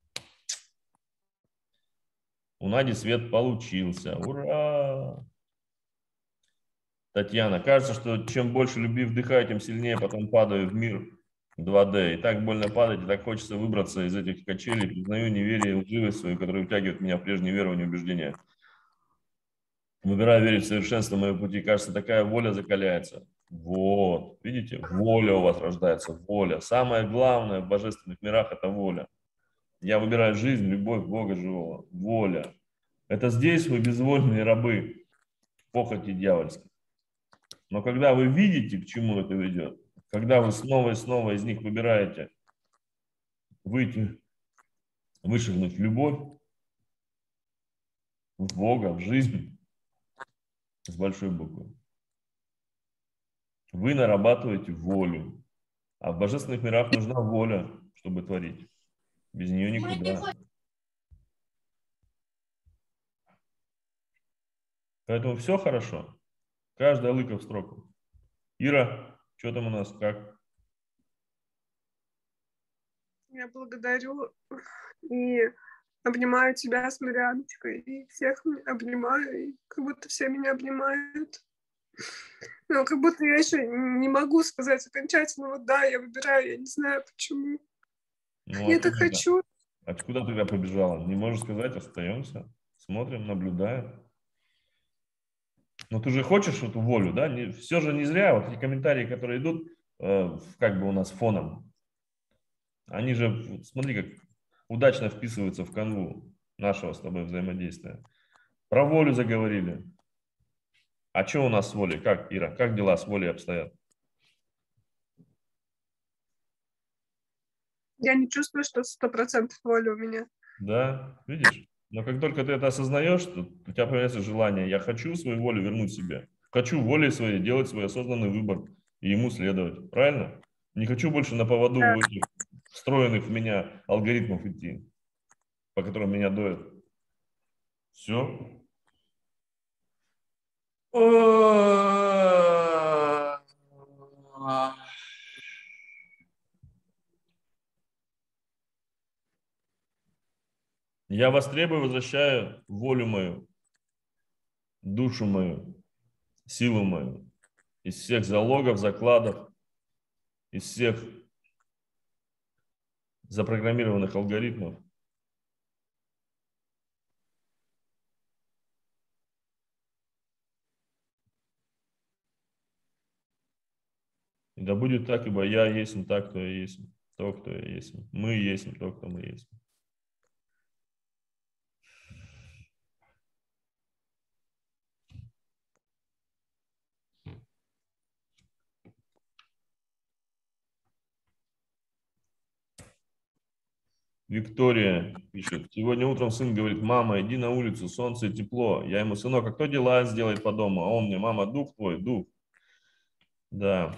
У Нади свет получился. Ура! Татьяна, кажется, что чем больше любви вдыхаю, тем сильнее потом падаю в мир 2D. И так больно падать, и так хочется выбраться из этих качелей. Признаю неверие и лживость свою, которая утягивает меня в прежние верования и убеждения. Выбираю верить в совершенство моего пути. Кажется, такая воля закаляется. Вот, видите, воля у вас рождается, воля. Самое главное в божественных мирах – это воля. Я выбираю жизнь, любовь Бога живого. Воля. Это здесь вы безвольные рабы, похоти дьявольской. Но когда вы видите, к чему это ведет, когда вы снова и снова из них выбираете выйти, вышагнуть в любовь, в Бога, в жизнь, с большой буквы, вы нарабатываете волю. А в божественных мирах нужна воля, чтобы творить. Без нее никуда. Поэтому все хорошо. Каждая лыка в строку. Ира, что там у нас, как? Я благодарю и обнимаю тебя с Марианочкой, и всех обнимаю, и как будто все меня обнимают. Но как будто я еще не могу сказать окончательно, вот да, я выбираю, я не знаю почему. Ну, Я так хочу. А куда ты побежала? Не можешь сказать, остаемся, смотрим, наблюдаем. Но ты же хочешь эту волю, да? Все же не зря, вот эти комментарии, которые идут как бы у нас фоном, они же, смотри, как удачно вписываются в канву нашего с тобой взаимодействия. Про волю заговорили. А что у нас с волей? Как, Ира, как дела с волей обстоят? Я не чувствую, что 100% воли у меня. Да, видишь? Но как только ты это осознаешь, то у тебя появляется желание, я хочу свою волю вернуть себе. Хочу волей своей делать свой осознанный выбор и ему следовать. Правильно? Не хочу больше на поводу этих встроенных в меня алгоритмов идти, по которым меня доят. Все. Я вас требую, возвращаю волю мою, душу мою, силу мою из всех залогов, закладов, из всех запрограммированных алгоритмов. И да будет так, ибо я есть так, кто я есть, то, кто я есть. Мы есть то, кто мы есть. Виктория пишет. Сегодня утром сын говорит: мама, иди на улицу, солнце и тепло. Я ему: сынок, а кто дела сделает по дому? А он мне: мама, дух твой, дух. Да.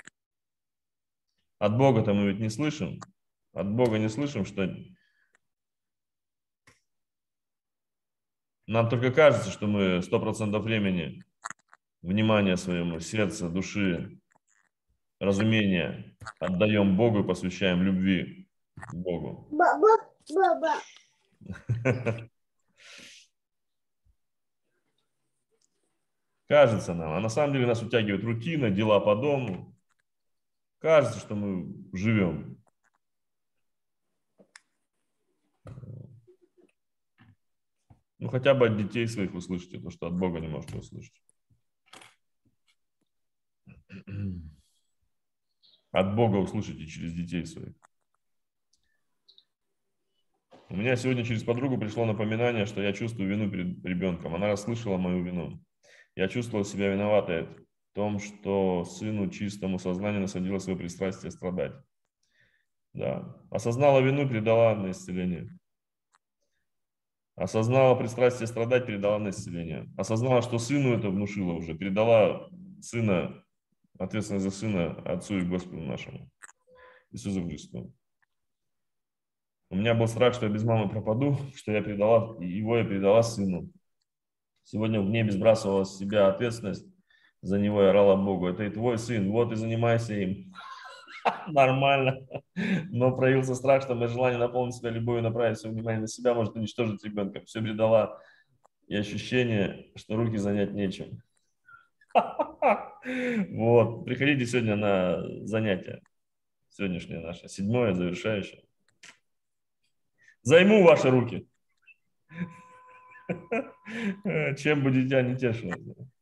От Бога-то мы ведь не слышим. От Бога не слышим, что нам только кажется, что мы 100% времени внимания своему, сердца, души, разумения отдаем Богу и посвящаем любви к Богу. Баба. Кажется нам, а на самом деле нас утягивает рутина, дела по дому. Кажется, что мы живем. Ну, хотя бы от детей своих услышите то, что от Бога не можете услышать. От Бога услышите через детей своих. У меня сегодня через подругу пришло напоминание, что я чувствую вину перед ребенком. Она расслышала мою вину. Я чувствовал себя виноватой в том, что сыну чистому сознанию насадило свое пристрастие страдать. Да. Осознала вину, передала на исцеление. Осознала пристрастие страдать, передала на исцеление. Осознала, что сыну это внушила уже, передала сына, ответственность за сына Отцу и Господу нашему, Иисусу Христу. У меня был страх, что я без мамы пропаду, что я передала сыну. Сегодня в небе сбрасывала с себя ответственность за него и орала Богу: это и твой сын, вот и занимайся им. Нормально. Но проявился страх, что мое желание наполнить себя любовью, направить все внимание на себя, может уничтожить ребенка. Все передала, и ощущение, что руки занять нечем. Вот. Приходите сегодня на занятие. Сегодняшнее наше, 7-е, завершающее. Займу ваши руки. Чем бы дитя не тешилось.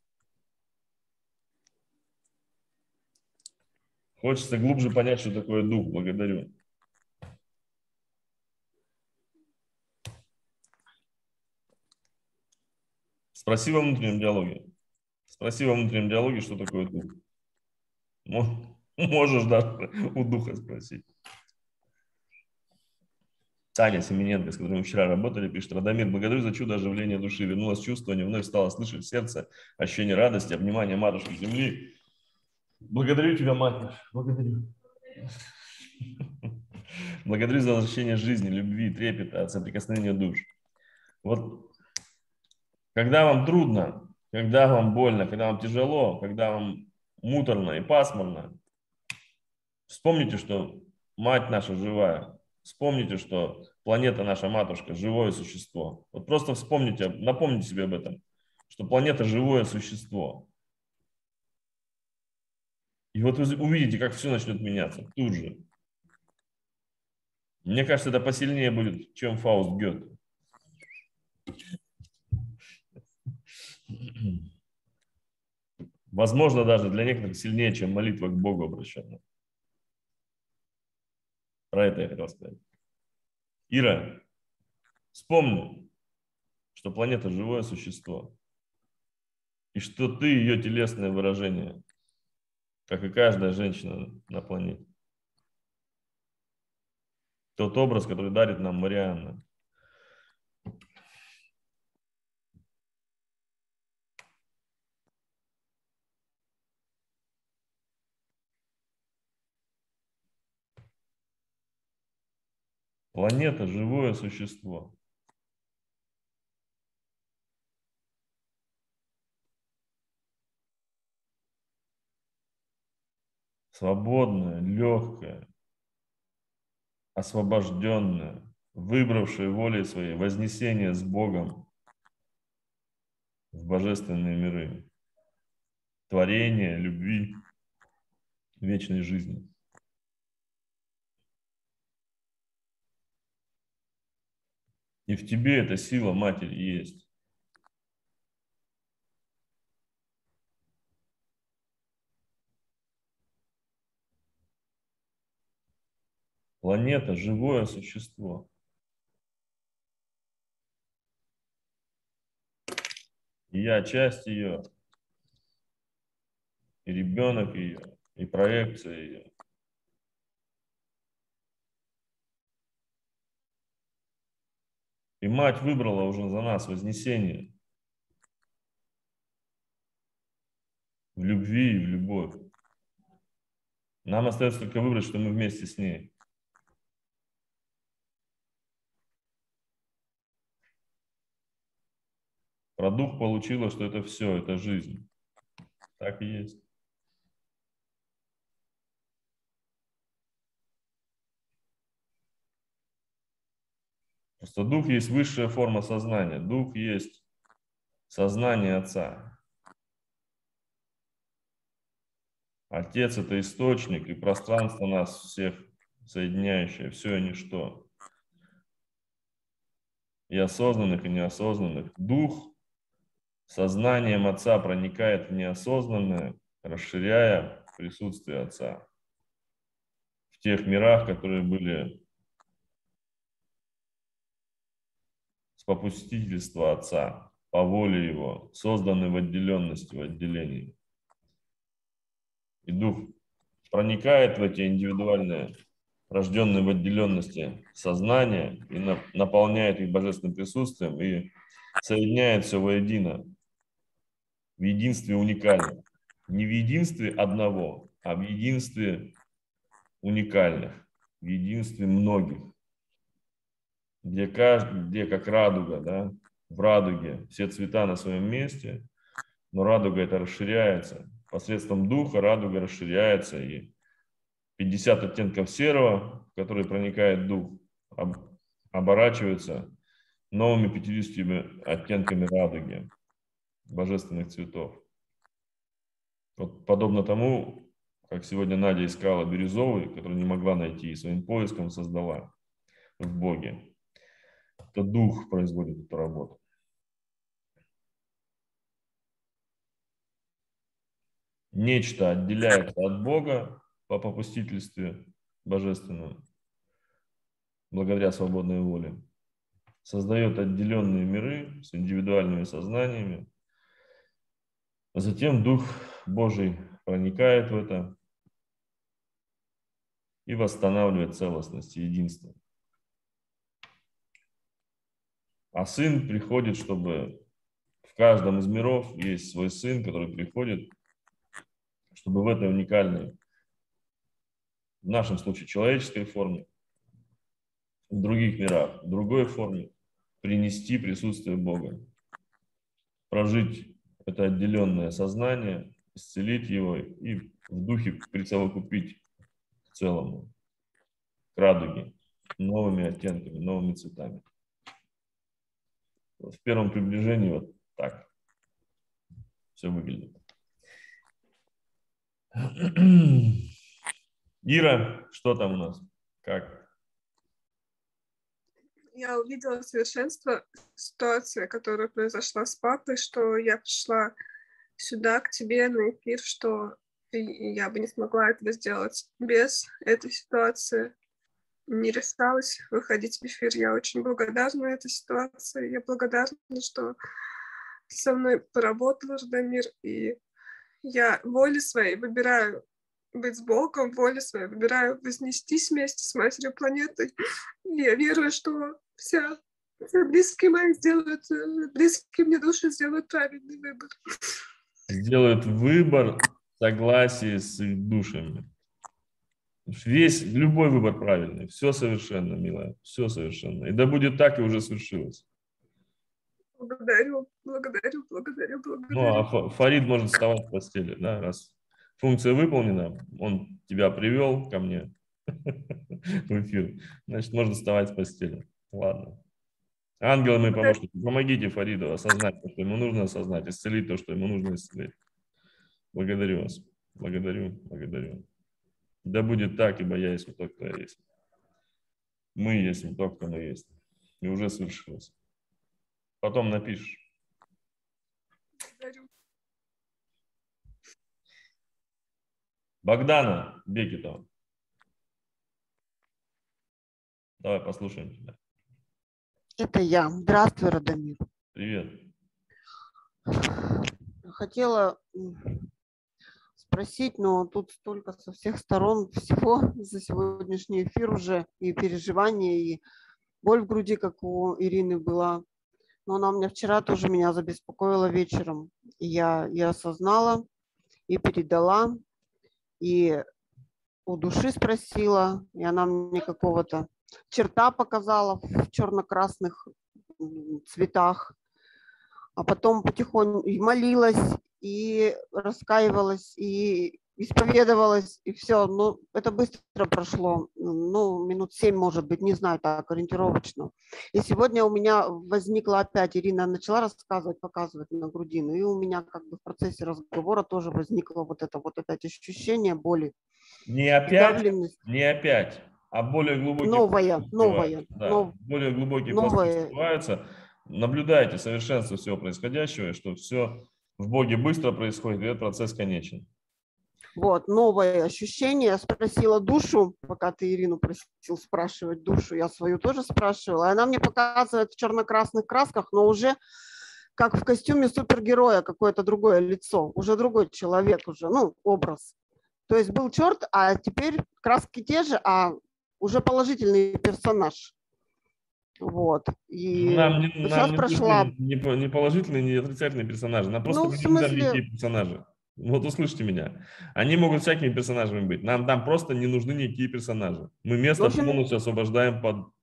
Хочется глубже понять, что такое дух. Благодарю. Спроси во внутреннем диалоге. Спроси во внутреннем диалоге, что такое дух. Можешь даже у духа спросить. Таня Семененко, с которой мы вчера работали, пишет: Радомир, благодарю за чудо оживления души. Вернулось чувствование, вновь стало слышать сердце, ощущение радости, обнимания матушки земли. Благодарю тебя, мать. Благодарю. Благодарю за возвращение жизни, любви, трепета, от соприкосновения душ. Вот когда вам трудно, когда вам больно, когда вам тяжело, когда вам муторно и пасмурно, вспомните, что мать наша живая. Вспомните, что планета наша матушка – живое существо. Вот просто вспомните, напомните себе об этом, что планета – живое существо. И вот вы увидите, как все начнет меняться тут же. Мне кажется, это посильнее будет, чем Фауст Гёте. Возможно, даже для некоторых сильнее, чем молитва к Богу обращенная. Про это я хотел сказать. Ира, вспомни, что планета – живое существо. И что ты ее телесное выражение, как и каждая женщина на планете. Тот образ, который дарит нам Марианна. Планета – живое существо. свободная, легкая, освобожденная, выбравшая волей своей вознесение с Богом в божественные миры, творения, любви, вечной жизни. И в тебе эта сила Матери есть. Планета – живое существо. И я часть ее, и ребенок ее, и проекция ее. И Мать выбрала уже за нас вознесение в любви и в любовь. Нам остается только выбрать, что мы вместе с ней. Про дух получила, что это все, это жизнь. Так и есть. Просто дух есть высшая форма сознания. Дух есть сознание Отца. Отец – это источник и пространство нас всех соединяющее, все и ничто. И осознанных, и неосознанных. Дух сознанием Отца проникает в неосознанное, расширяя присутствие Отца в тех мирах, которые были с попустительства Отца, по воле Его, созданы в отделенности, в отделении. И Дух проникает в эти индивидуальные, рожденные в отделенности сознания и наполняет их божественным присутствием и соединяет все воедино, в единстве уникальном. Не в единстве одного, а в единстве уникальных, в единстве многих, где как радуга, да, в радуге все цвета на своем месте, но радуга это расширяется. Посредством духа радуга расширяется, и 50 оттенков серого, в которые проникает дух, оборачиваются новыми 50 оттенками радуги, божественных цветов. Вот подобно тому, как сегодня Надя искала бирюзовый, который не могла найти, и своим поиском создала в Боге. Это дух производит эту работу. Нечто отделяется от Бога по попустительству божественному, благодаря свободной воле, создает отделенные миры с индивидуальными сознаниями, а затем Дух Божий проникает в это и восстанавливает целостность и единство. А Сын приходит, чтобы в каждом из миров есть свой Сын, который приходит, чтобы в этой уникальной, в нашем случае человеческой форме, в других мирах, в другой форме, принести присутствие Бога, прожить это отделенное сознание, исцелить его и в духе присовокупить к целому, к радуге, новыми оттенками, новыми цветами. Вот в первом приближении вот так все выглядит. Ира, что там у нас? Как? Я увидела совершенство ситуации, которая произошла с папой, что я пришла сюда, к тебе, на эфир, что я бы не смогла этого сделать без этой ситуации. Не решалась выходить в эфир. Я очень благодарна этой ситуации. Я благодарна, что со мной поработал Ждамир, и я волей своей выбираю быть с Богом, волей своей выбираю вознестись вместе с Матерью Планетой. И я верую, что все близкие мои сделают, близкие мне души сделают правильный выбор. Сделают выбор в согласии с их душами. Любой выбор правильный. Все совершенно, милая. Все совершенно. И да будет так, и уже свершилось. Благодарю. Ну, а Фарид может вставать в постели, да, раз Функция выполнена, он тебя привел ко мне в эфир, значит, можно вставать с постели. Ладно. Ангелы мои помощники, помогите Фариду осознать то, что ему нужно осознать, исцелить то, что ему нужно исцелить. Благодарю вас. Благодарю. Да будет так, ибо я есть тот, кто я есть. Мы есть тот, кто мы есть. И уже свершилось. Потом напишешь. Благодарю. Богдана Бекетова. Давай послушаем тебя. Это я. Здравствуй, Радомир. Привет. Хотела спросить, но тут столько со всех сторон всего за сегодняшний эфир уже, и переживания, и боль в груди, как у Ирины была. Но она у меня вчера тоже меня забеспокоила вечером. И я осознала, и передала, и у души спросила, и она мне какого-то черта показала в черно-красных цветах. А потом потихоньку и молилась, и раскаивалась, и исповедовалась, и все. Ну, это быстро прошло, ну, минут 7, может быть, не знаю, так, ориентировочно. И сегодня у меня возникла опять, Ирина начала рассказывать, показывать на грудину, и у меня как бы в процессе разговора тоже возникло вот это вот опять ощущение боли. Не опять, а более глубокие новое. Более глубокие пласты скрываются. Наблюдайте совершенство всего происходящего, что все в Боге быстро происходит, и этот процесс конечен. Вот, новое ощущение. Я спросила душу, пока ты Ирину просил спрашивать душу, я свою тоже спрашивала. И она мне показывает в черно-красных красках, но уже как в костюме супергероя, какое-то другое лицо, уже другой человек, уже, ну, образ. То есть был черт, а теперь краски те же, а уже положительный персонаж. Вот. И нам сейчас не прошла... не положительные, не отрицательные персонажи. Нам просто Ну, в смысле... никакие персонажи. Вот услышьте меня. Они могут всякими персонажами быть. Нам там просто не нужны никакие персонажи. Мы место полностью освобождаем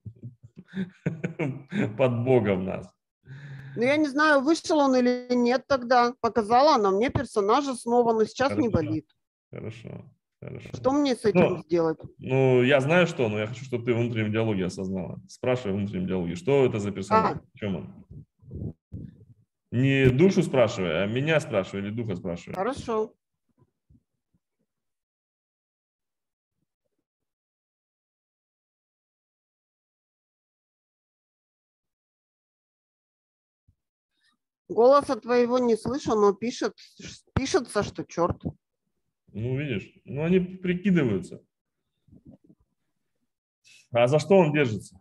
под Бога в нас. Ну, я не знаю, вышел он или нет тогда. Показала она мне персонажа снова, но сейчас не болит. Хорошо. Что мне с этим сделать? Ну, я знаю, что, но я хочу, чтобы ты в внутреннем диалоге осознала. Спрашивай в внутреннем диалоге, что это за персонаж, в чем он. Не душу спрашивай, а меня спрашивай или духа спрашивай. Хорошо. Голоса твоего не слышу, но пишется, что черт. Ну, видишь, ну они прикидываются. А за что он держится?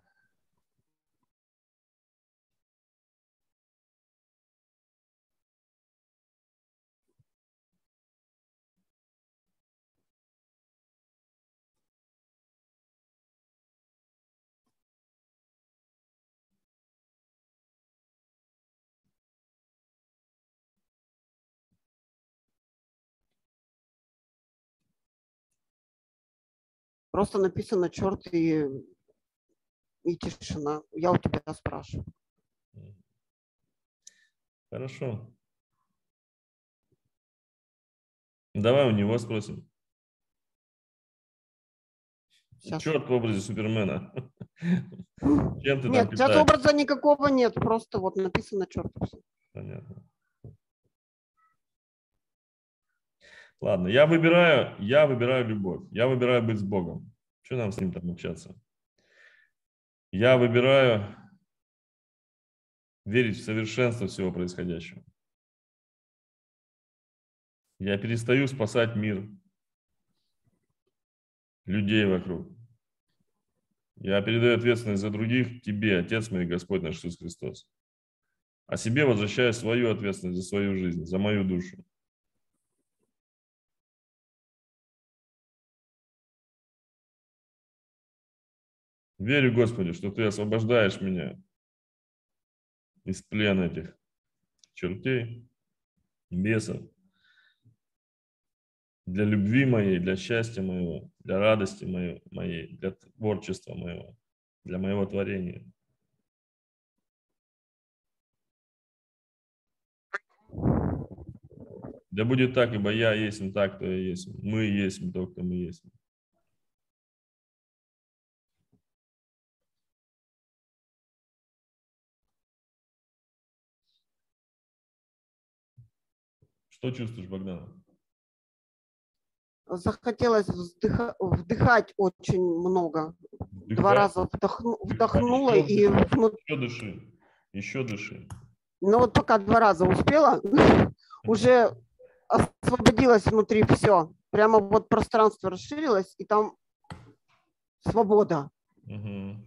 Просто написано черт и тишина. Я у тебя спрашиваю. Хорошо. Давай у него спросим. Сейчас. Черт в образе Супермена. Чем ты нет, сейчас образа никакого нет, просто вот написано черт. Понятно. Ладно, я выбираю любовь. Я выбираю быть с Богом. Что нам с ним там общаться? Я выбираю верить в совершенство всего происходящего. Я перестаю спасать мир, людей вокруг. Я передаю ответственность за других тебе, Отец мой, Господь наш Иисус Христос. А себе возвращаю свою ответственность за свою жизнь, за мою душу. Верю, Господи, что Ты освобождаешь меня из плена этих чертей, бесов, для любви моей, для счастья моего, для радости моей, для творчества моего, для моего творения. Да будет так, ибо я есть так, кто я есть. Мы есть то, кто мы есть. Что чувствуешь, Богдан? Захотелось вдыхать очень много. Вдыхай. 2 раза вдохнула и внутри. Еще дыши. Еще дыши. Ну вот пока 2 раза успела, уже освободилось внутри все. Прямо вот пространство расширилось, и там свобода. Угу.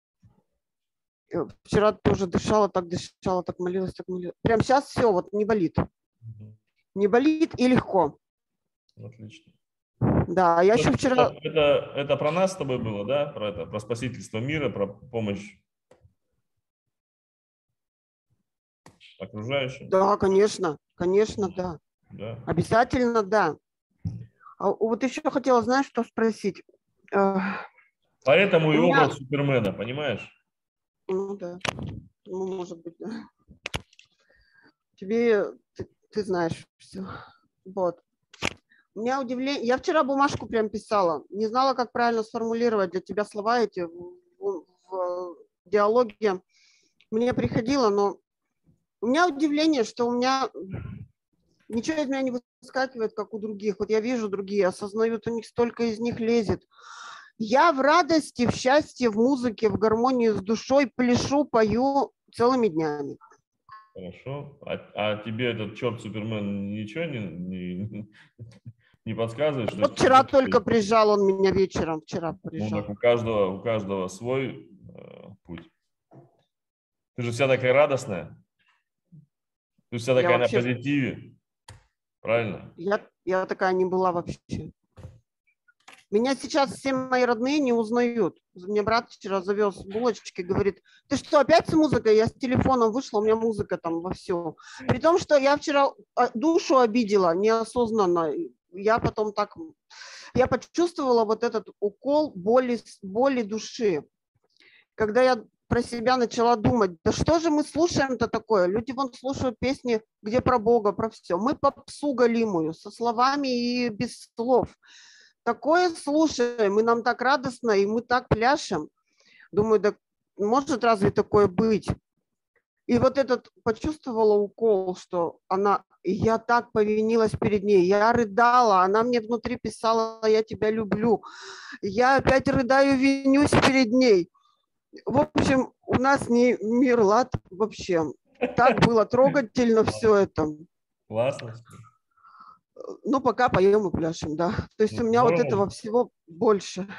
Вчера тоже дышала, так молилась, так молилась. Прям сейчас все, вот не болит. Угу. Не болит и легко. Отлично. Да, я еще вчера... Это про нас с тобой было, да? Про спасительство мира, про помощь окружающим? Да, конечно, да. Да. Обязательно, да. А вот еще хотела, знаешь, что спросить? Поэтому и меня... образ Супермена, понимаешь? Ну да, ну может быть, да. Ты знаешь все. Вот. У меня удивление. Я вчера бумажку прям писала. Не знала, как правильно сформулировать для тебя слова эти в диалоге. Мне приходило, но у меня удивление, что у меня ничего из меня не выскакивает, как у других. Вот я вижу другие, осознают, у них столько из них лезет. Я в радости, в счастье, в музыке, в гармонии с душой пляшу, пою целыми днями. Хорошо. А тебе этот черт Супермен ничего не подсказывает? Что Вот вчера только приезжал он меня вечером. Вчера приезжал. Ну, так у каждого свой путь. Ты же вся такая радостная. Ты вся такая на позитиве. Правильно? Я такая не была вообще. Меня сейчас все мои родные не узнают. Мне брат вчера завез булочки, говорит, ты что, опять с музыкой? Я с телефоном вышла, у меня музыка там вовсю. При том, что я вчера душу обидела неосознанно. Я потом так... Я почувствовала вот этот укол боли души. Когда я про себя начала думать, да что же мы слушаем-то такое? Люди вон слушают песни, где про Бога, про все. Мы попсу галимую, со словами и без слов. Такое слушаем, и нам так радостно, и мы так пляшем. Думаю, да может разве такое быть? И вот этот почувствовала укол, что я так повинилась перед ней, я рыдала, она мне внутри писала, я тебя люблю. Я опять рыдаю, винюсь перед ней. В общем, у нас не мир лад вообще. Так было трогательно все это. Классно. Ну, пока поем и пляшем, да. То есть у меня вот этого всего больше.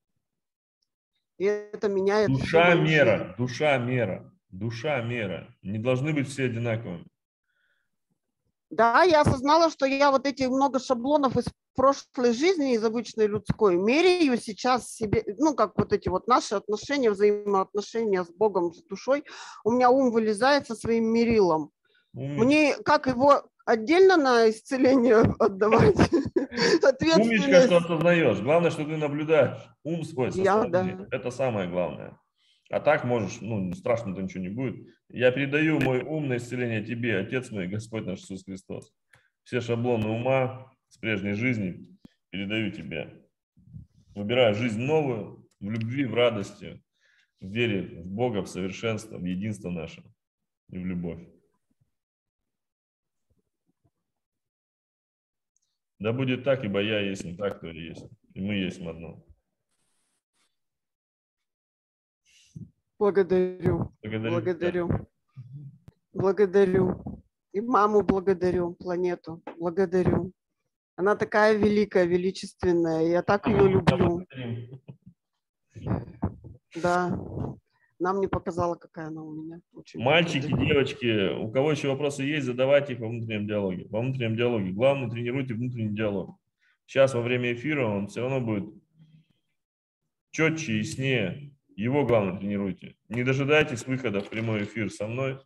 И это меняет душа мера. Не должны быть все одинаковыми. Да, я осознала, что я вот эти много шаблонов из прошлой жизни, из обычной людской, меряю сейчас себе, ну, как вот эти вот наши отношения, взаимоотношения с Богом, с душой. У меня ум вылезает со своим мерилом. Мне как его отдельно на исцеление отдавать? Умничка, что осознаешь. Главное, что ты наблюдаешь ум свой. Да. Это самое главное. А так можешь, страшно-то ничего не будет. Я передаю мой ум на исцеление тебе, Отец мой, Господь наш Иисус Христос. Все шаблоны ума с прежней жизни передаю тебе. Выбираю жизнь новую, в любви, в радости, в вере в Бога, в совершенство, в единство наше и в любовь. Да будет так, ибо я есть не так, кто я есть. И мы есть одно. Благодарю. И маму благодарю, планету благодарю. Она такая великая, величественная. Я так ее люблю. Да. Она мне показала, какая она у меня. Очень Мальчики, благодарю. девочки, у кого еще вопросы есть, задавайте их во внутреннем диалоге. Во внутреннем диалоге. Главное, тренируйте внутренний диалог. Сейчас во время эфира он все равно будет четче, яснее. Его, главное, тренируйте. Не дожидайтесь выхода в прямой эфир со мной.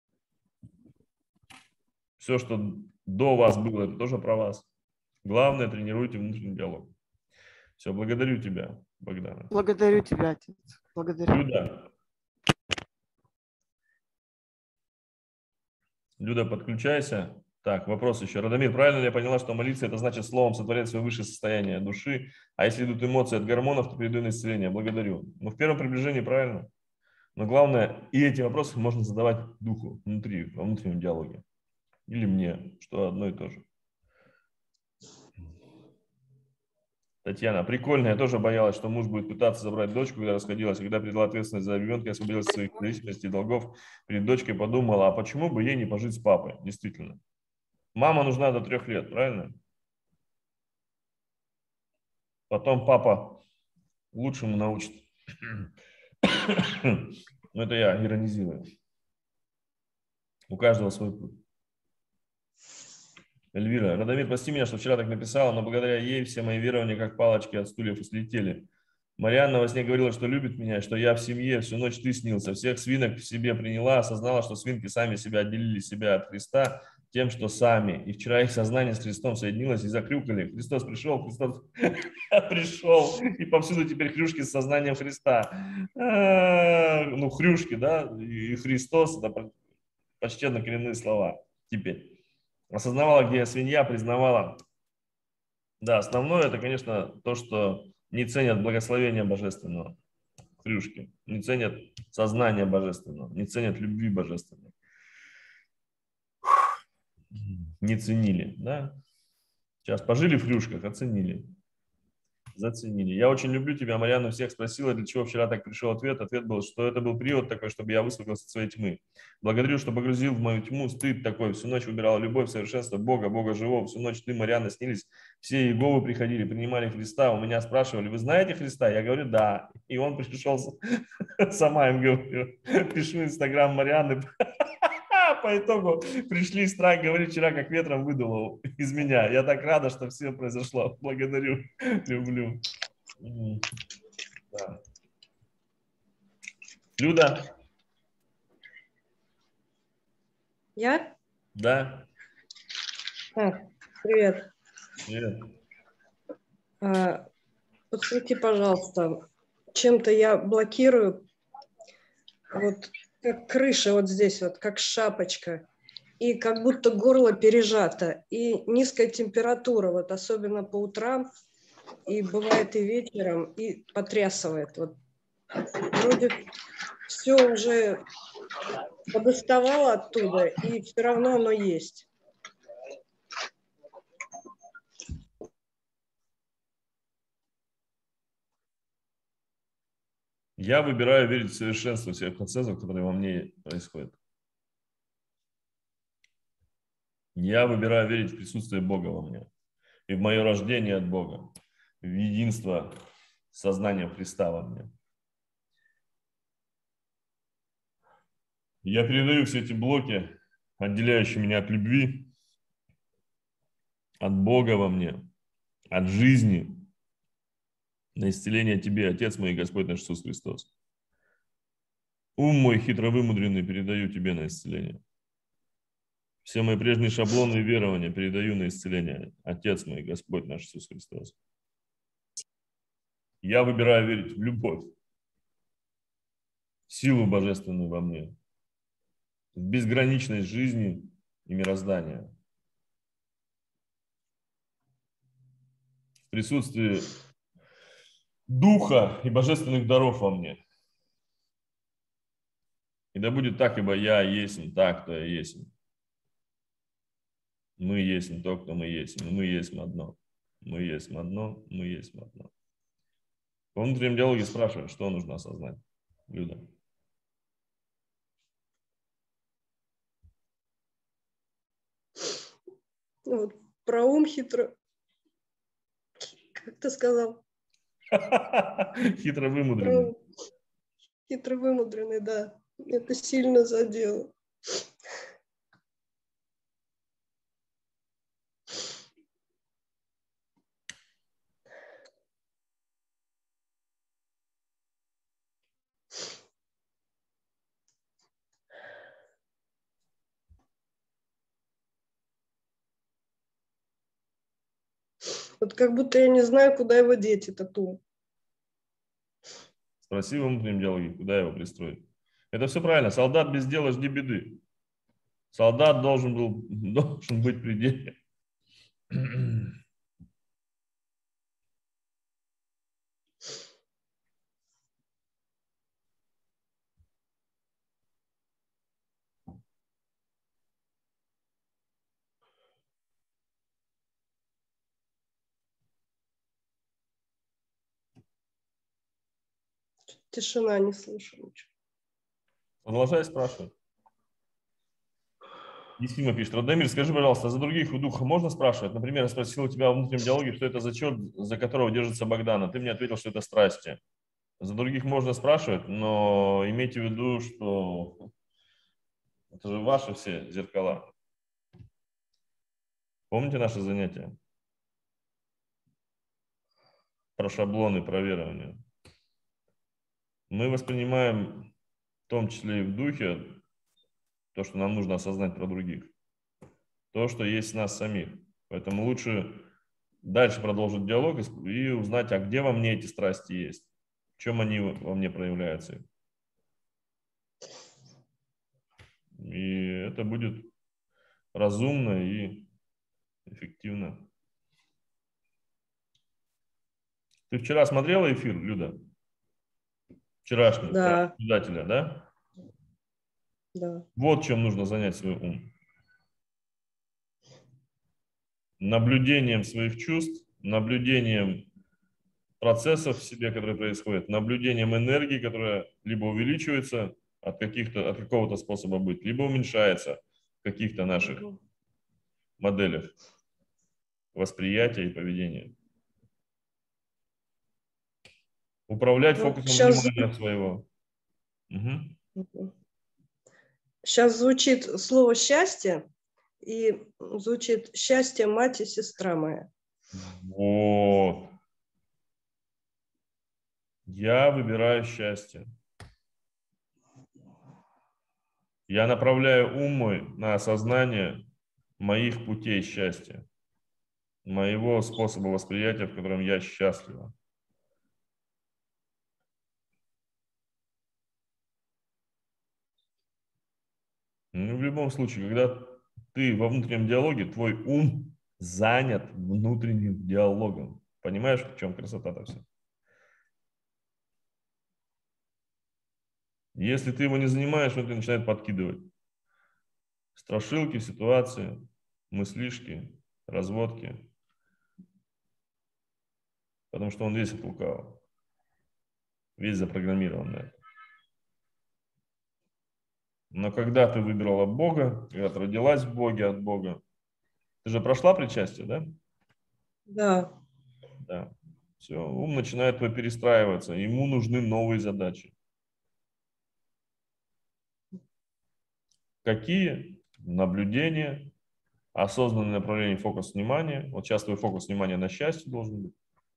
Все, что до вас было, это тоже про вас. Главное, тренируйте внутренний диалог. Все, благодарю тебя, Богдана. Благодарю тебя, Отец. Благодарю. Люда, подключайся. Так, вопрос еще. Радомир, правильно ли я поняла, что молиться это значит словом сотворять свое высшее состояние души, а если идут эмоции от гормонов, то перейду на исцеление? Благодарю. Ну, в первом приближении правильно. Но главное, и эти вопросы можно задавать духу внутри, во внутреннем диалоге. Или мне, что одно и то же. Татьяна, прикольно, я тоже боялась, что муж будет пытаться забрать дочку, когда расходилась. Когда приняла ответственность за ребенка, я освободилась от своих зависимостей и долгов. Перед дочкой подумала, а почему бы ей не пожить с папой? Действительно. Мама нужна до 3 лет, правильно? Потом папа лучшему научит. Но это я иронизирую. У каждого свой путь. Эльвира, Радомир, прости меня, что вчера так написала, но благодаря ей все мои верования как палочки от стульев слетели. Марианна во сне говорила, что любит меня, что я в семье, всю ночь ты снился, всех свинок в себе приняла, осознала, что свинки сами себя отделили себя от Христа тем, что сами. И вчера их сознание с Христом соединилось и закрюкали. Христос пришел, Христос пришел. И повсюду теперь хрюшки с сознанием Христа. Ну, хрюшки, да, и Христос, это почти однокоренные слова теперь. Осознавала, где я свинья, признавала. Да, основное это, конечно, то, что не ценят благословения божественного, хрюшки, не ценят сознания божественного, не ценят любви божественной. Не ценили, да? Сейчас пожили в хрюшках, оценили, заценили. Я очень люблю тебя, Марьяна всех спросила, для чего вчера так пришел ответ. Ответ был, что это был период такой, чтобы я высвободился от своей тьмы. Благодарю, что погрузил в мою тьму стыд такой. Всю ночь выбирала любовь, совершенство Бога, Бога живого. Всю ночь ты, Марьяна, снились. Все Иеговы приходили, принимали Христа. У меня спрашивали, вы знаете Христа? Я говорю, да. И он пришел, сама им говорю, пишу Инстаграм Марьяны. По итогу пришли, страх, говорит, вчера как ветром выдуло из меня. Я так рада, что все произошло. Благодарю, люблю. Да. Люда? Я? Да. Привет. Привет. Подсвети, пожалуйста, чем-то я блокирую, вот как крыша вот здесь, вот как шапочка, и как будто горло пережато, и низкая температура, вот особенно по утрам, и бывает и вечером, и потрясывает. Вот вроде все уже подоставало оттуда, и все равно оно есть. Я выбираю верить в совершенство всех процессов, которые во мне происходят. Я выбираю верить в присутствие Бога во мне и в мое рождение от Бога, в единство сознания Христа во мне. Я передаю все эти блоки, отделяющие меня от любви, от Бога во мне, от жизни, на исцеление Тебе, Отец мой и Господь наш Иисус Христос. Ум мой хитро вымудренный передаю Тебе на исцеление. Все мои прежние шаблоны и верования передаю на исцеление, Отец мой и Господь наш Иисус Христос. Я выбираю верить в любовь, в силу божественную во мне, в безграничность жизни и мироздания. В присутствии Духа и божественных даров во мне. И да будет так, ибо я есть так, кто я есть. Мы есть то, кто мы есть. Мы есть одно. Мы есть одно, мы есть одно. Во внутреннем диалоге спрашиваем, что нужно осознать. Люда. Вот про ум хитро... Как ты сказал? Хитро вымудренный. Хитро вымудренный, да. Это сильно задело. Вот как будто я не знаю, куда его деть, этот ум. Спроси во внутреннем диалоге, куда его пристроить. Это все правильно. Солдат без дела, жди беды. Солдат должен быть при деле. Тишина, не слышу ничего. Продолжай спрашивать. Ефима пишет: Радомир, скажи, пожалуйста, за других у духа можно спрашивать? Например, я спросил у тебя в внутреннем диалоге, что это за черт, за которого держится Богдана. Ты мне ответил, что это страсти. За других можно спрашивать, но имейте в виду, что это же ваши все зеркала. Помните наши занятия? Про шаблоны, про верование. Мы воспринимаем, в том числе и в духе, то, что нам нужно осознать про других. То, что есть в нас самих. Поэтому лучше дальше продолжить диалог и узнать, а где во мне эти страсти есть, в чем они во мне проявляются. И это будет разумно и эффективно. Ты вчера смотрела эфир, Люда? Вчерашний, Да. наблюдателя, да? Да. Вот чем нужно занять свой ум. Наблюдением своих чувств, наблюдением процессов в себе, которые происходят, наблюдением энергии, которая либо увеличивается от какого-то способа быть, либо уменьшается в каких-то наших моделях восприятия и поведения. Управлять фокусом внимания своего. Угу. Сейчас звучит слово «счастье», и звучит «счастье, мать и сестра моя». Вот. Я выбираю счастье. Я направляю ум мой на осознание моих путей счастья, моего способа восприятия, в котором я счастлива. Ну, в любом случае, когда ты во внутреннем диалоге, твой ум занят внутренним диалогом. Понимаешь, в чем красота-то вся? Если ты его не занимаешь, он начинает подкидывать страшилки, ситуации, мыслишки, разводки. Потому что он весь от лукавого. Весь запрограммирован на это. Но когда ты выбрала Бога, когда ты родилась в Боге от Бога, ты же прошла причастие, да? Да. Да. Все, ум начинает перестраиваться, ему нужны новые задачи. Какие? Наблюдение, осознанное направление, фокус внимания. Вот сейчас твой фокус внимания на счастье должен быть.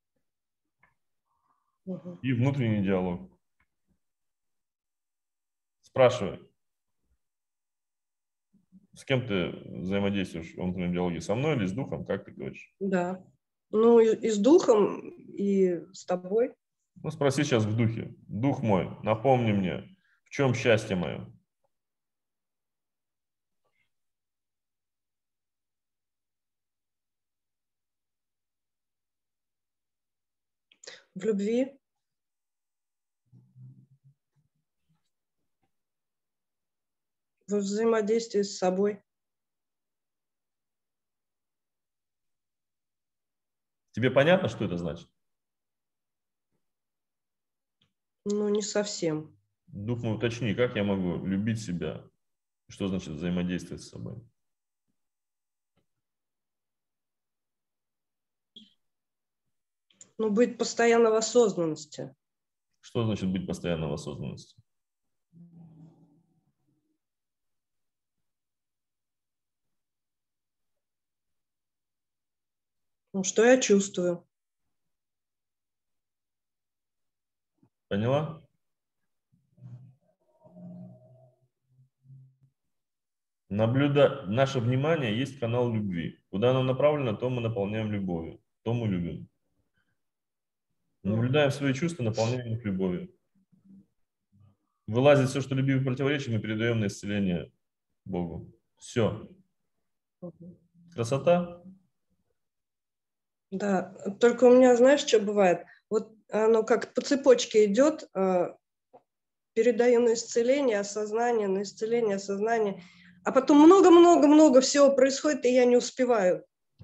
И внутренний диалог. Спрашивай. С кем ты взаимодействуешь в внутреннем диалоге? Со мной или с духом? Как ты говоришь? Да. Ну, и с духом, и с тобой. Ну, спроси сейчас в духе. Дух мой, напомни мне, в чем счастье мое? В любви. Во взаимодействии с собой. Тебе понятно, что это значит? Ну, не совсем. Дух мой, уточни, как я могу любить себя? Что значит взаимодействовать с собой? Ну, быть постоянно в осознанности. Что значит быть постоянно в осознанности? Ну, что я чувствую? Поняла? Наше внимание есть канал любви. Куда оно направлено, то мы наполняем любовью, то мы любим. Наблюдаем свои чувства, наполняем их любовью. Вылазит все, что любви противоречит, мы передаем на исцеление Богу. Все. Красота? Да, только у меня, знаешь, что бывает? Вот оно как по цепочке идет, передаю на исцеление, осознание, на исцеление, осознание, а потом много-много-много всего происходит, и я не успеваю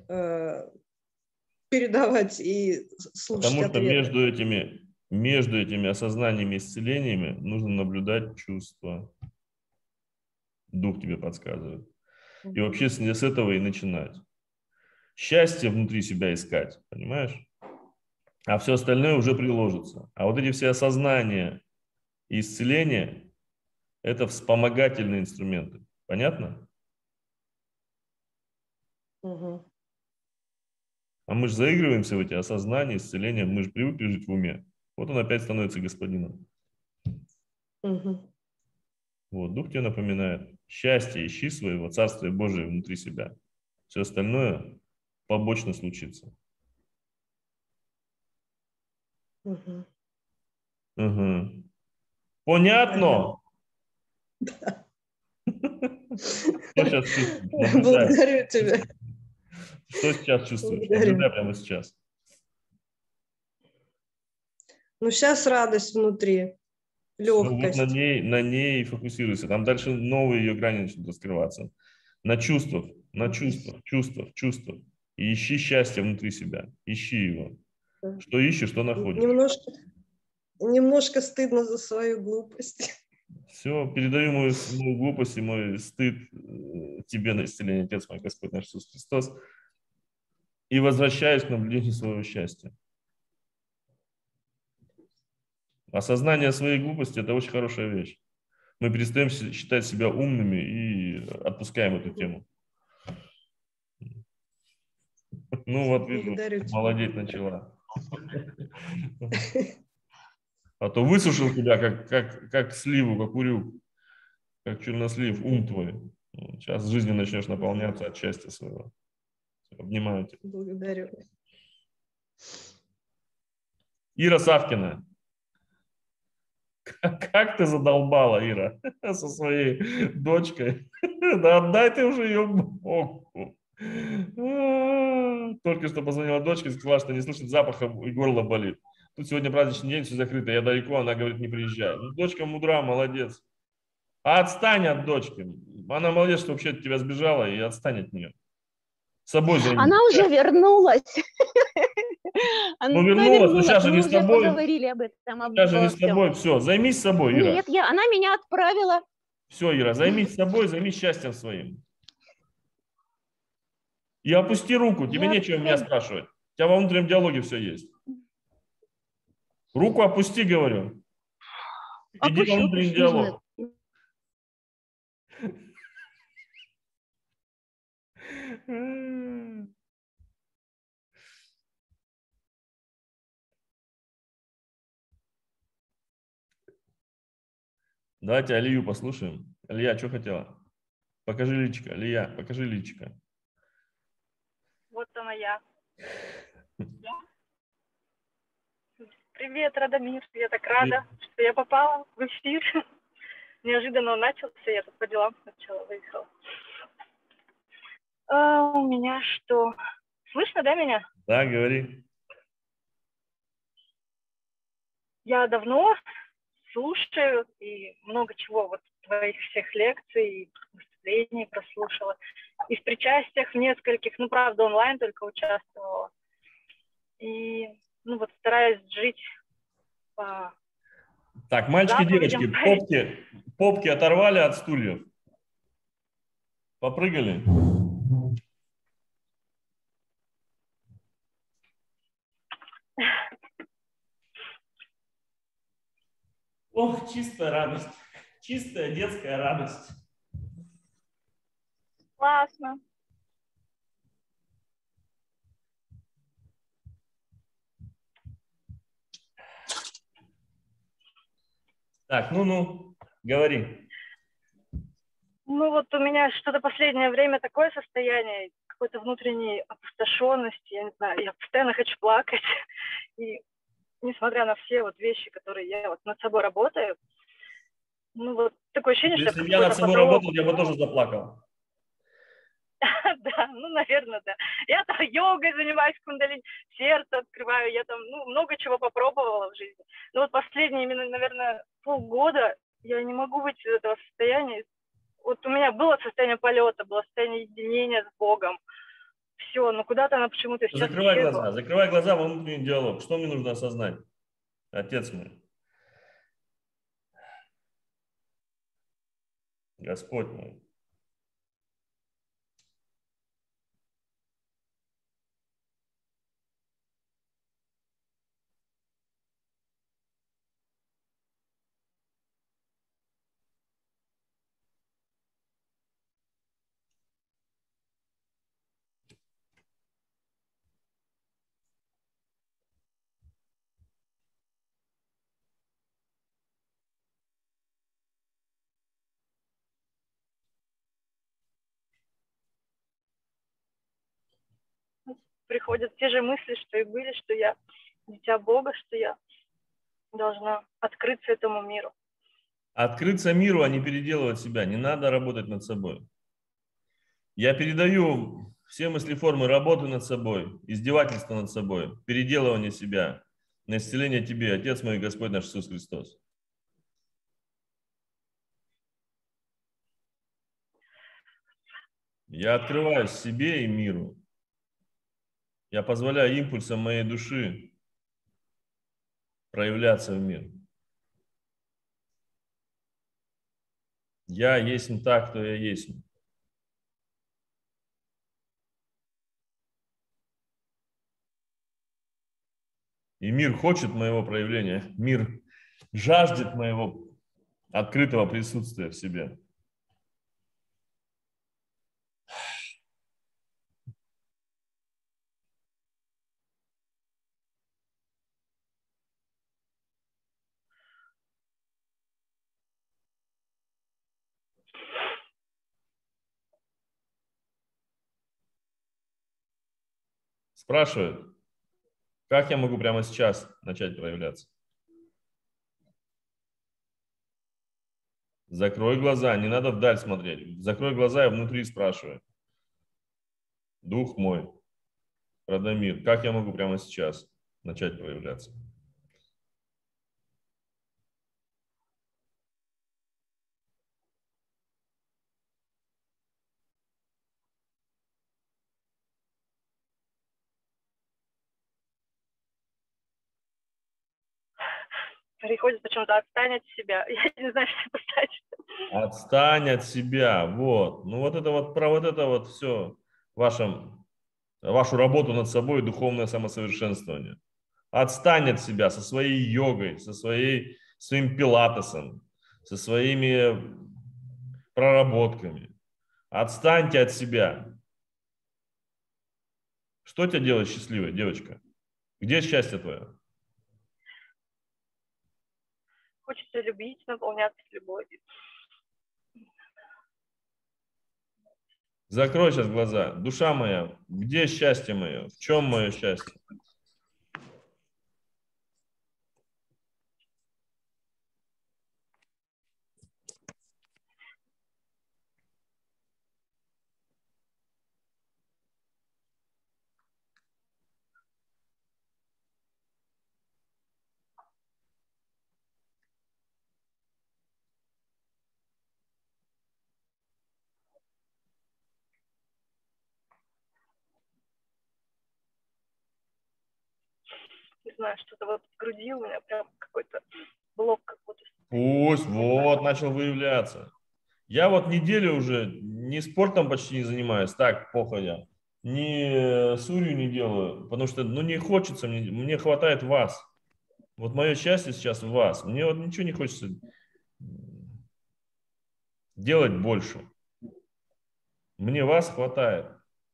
передавать и слушать Потому что ответы. между этими осознаниями и исцелениями нужно наблюдать чувства. Дух тебе подсказывает. И вообще с этого и начинать. Счастье внутри себя искать, понимаешь? А все остальное уже приложится. А вот эти все осознания и исцеления – это вспомогательные инструменты. Понятно? Угу. А мы же заигрываемся в эти осознания, исцеления. Мы же привыкли жить в уме. Вот он опять становится господином. Угу. Вот, Дух тебе напоминает. Счастье ищи своего, Царствие Божие внутри себя. Все остальное побочно случится. Угу. Угу. Понятно? Да. Что сейчас чувствуешь? Наблюдай. Благодарю тебя. Что сейчас чувствуешь? Благодарю. Наблюдай прямо сейчас. Ну, сейчас радость внутри, Всё, вот легкость. на ней и фокусируйся. Там дальше новые ее грани начнут раскрываться. На чувствах. И ищи счастье внутри себя. Ищи его. Что ищешь, что находишь. Немножко стыдно за свою глупость. Все, передаю мою глупость и мой стыд тебе на исцеление, Отец мой, Господь наш Иисус Христос. И возвращаюсь к наблюдению своего счастья. Осознание своей глупости – это очень хорошая вещь. Мы перестаем считать себя умными и отпускаем эту тему. Ну вот, вижу, молодеть начала. А то высушил тебя, как сливу, как урюк, как чернослив, ум твой. Сейчас жизнью начнешь наполняться от счастья своего. Обнимаю тебя. Благодарю. Ира Савкина. Как ты задолбала, Ира, со своей дочкой. Да отдай ты уже ее Богу. Только что позвонила дочке, сказала, что не слышит запаха и горло болит. Тут сегодня праздничный день, все закрыто, я далеко, она говорит, не приезжай. Ну, дочка мудра, молодец. А отстань от дочки. Она молодец, что вообще от тебя сбежала, и отстань от нее. С собой займись. Она уже вернулась. Ну, вернулась, но сейчас же не с тобой. Поговорили об этом. Сейчас же не с тобой. Все, займись собой, Ира. Нет, она меня отправила. Все, Ира, займись собой, займись счастьем своим. И опусти руку, тебе нечего меня спрашивать. У тебя во внутреннем диалоге все есть. Руку опусти, говорю. Иди во внутренний диалог. Давайте Алию послушаем. Алия, что хотела? Покажи личико. Алия, покажи личико. Вот она я. Привет, Радомир. Я так рада, что я попала в эфир. Неожиданно он начался, я тут по делам сначала выехала. У меня что? Слышно, да, меня? Да, говори. Я давно слушаю и много чего вот твоих всех лекций, выступлений прослушала. И в причастиях в нескольких, ну, правда, онлайн только участвовала. И, ну, вот стараюсь жить по... Так, мальчики, девочки, попки оторвали от стульев. Попрыгали. Ох, чистая радость. Чистая детская радость. Классно. Так, ну, говори. Ну вот у меня что-то последнее время такое состояние, какой-то внутренней опустошенности, я не знаю, я постоянно хочу плакать. И несмотря на все вот вещи, которые я вот над собой работаю, ну вот такое ощущение, что... Если бы я над собой работал, я бы тоже заплакал. Да, ну, наверное, да. Я там йогой занимаюсь, кундалини, сердце открываю, я там, ну, много чего попробовала в жизни. Но вот последние, именно, наверное, полгода я не могу выйти из этого состояния. Вот у меня было состояние полета, было состояние единения с Богом. Все, но куда-то она почему-то сейчас исчезла. Закрывай глаза, внутренний диалог. Что мне нужно осознать? Отец мой, Господь мой, Приходят те же мысли, что и были, что я дитя Бога, что я должна открыться этому миру. открыться миру, а не переделывать себя. Не надо работать над собой. Я передаю все мыслеформы работы над собой, издевательства над собой, переделывания себя на исцеление тебе, Отец мой, Господь наш Иисус Христос. Я открываюсь себе и миру. Я позволяю импульсам моей души проявляться в мир. Я есть так, кто я есть. И мир хочет моего проявления. Мир жаждет моего открытого присутствия в себе. Спрашивают, как я могу прямо сейчас начать проявляться? Закрой глаза, не надо вдаль смотреть. Закрой глаза и внутри спрашивай. Дух мой, Радомир, как я могу прямо сейчас начать проявляться? Приходит почему-то отстань от себя. Я не знаю, что писать. Отстань от себя, вот. Ну вот это вот, про вот это вот все, вашу работу над собой, духовное самосовершенствование. Отстань от себя со своей йогой, своим пилатесом, со своими проработками. Отстаньте от себя. Что тебя делает счастливой, девочка? Где счастье твое? Хочется любить, наполняться любовью. Закрой сейчас глаза. Душа моя, где счастье мое? В чем мое счастье? Не знаю, что-то вот в груди у меня прям какой-то блок какой-то. Пусть, вот, начал выявляться. Я вот неделю уже ни спортом почти не занимаюсь, так, походя. Ни сурью не делаю, потому что, ну, не хочется, мне хватает вас. Вот мое счастье сейчас в вас. Мне вот ничего не хочется делать больше. Мне вас хватает.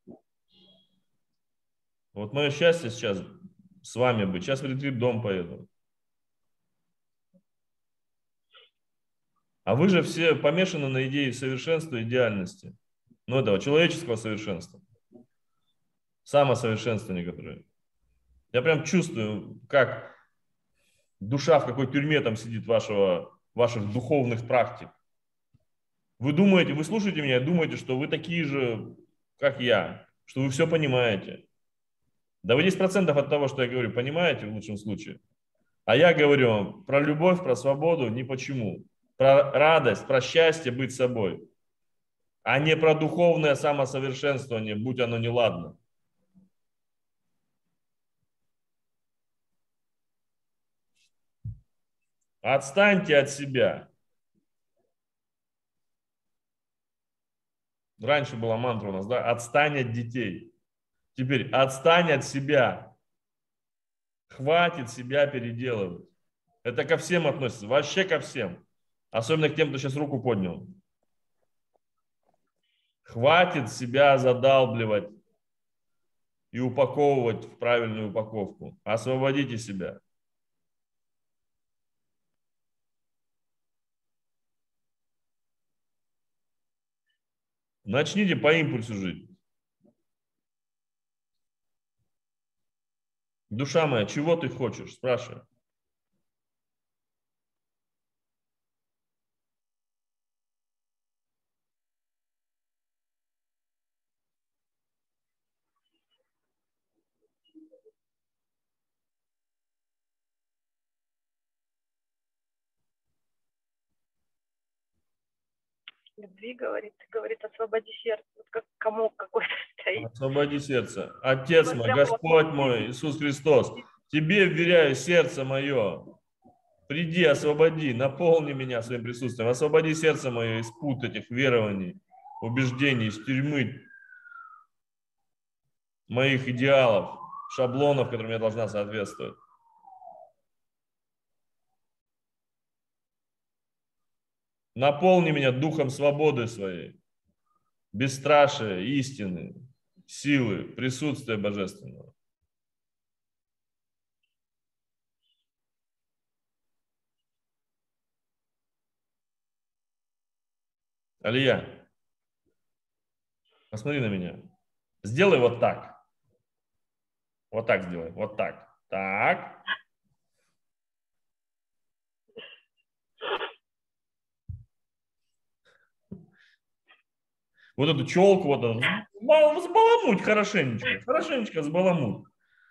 Вот мое счастье сейчас с вами быть. Сейчас в ретрит-дом поеду. А вы же все помешаны на идее совершенства, идеальности. Ну, этого человеческого совершенства. Самосовершенствование, которое. Я прям чувствую, как душа в какой тюрьме там сидит ваших духовных практик. Вы думаете, вы слушаете меня, думаете, что вы такие же как я, что вы все понимаете. Да вы 10% от того, что я говорю, понимаете в лучшем случае. А я говорю вам про любовь, про свободу, ни почему. Про радость, про счастье быть собой. А не про духовное самосовершенствование, будь оно неладно. Отстаньте от себя. Раньше была мантра у нас, да? Отстань от детей. Теперь отстань от себя. Хватит себя переделывать. Это ко всем относится, вообще ко всем. Особенно к тем, кто сейчас руку поднял. Хватит себя задалбливать и упаковывать в правильную упаковку. Освободите себя. Начните по импульсу жить. Душа моя, чего ты хочешь? Спрашивай. Любви говорит, освободи сердце. Вот как комок какой-то стоит. Освободи сердце. Отец мой, Прям Господь мой, Иисус Христос, Тебе вверяю сердце мое. Приди, освободи, наполни меня своим присутствием. Освободи сердце мое из пут этих верований, убеждений, из тюрьмы моих идеалов, шаблонов, которым я должна соответствовать. Наполни меня духом свободы своей, бесстрашия, истины, силы, присутствия божественного. Алия, посмотри на меня. Сделай вот так. Вот так сделай. Вот так. Так. Вот эту челку вот эту взбаламуть хорошенечко. Хорошенечко взбаламуть.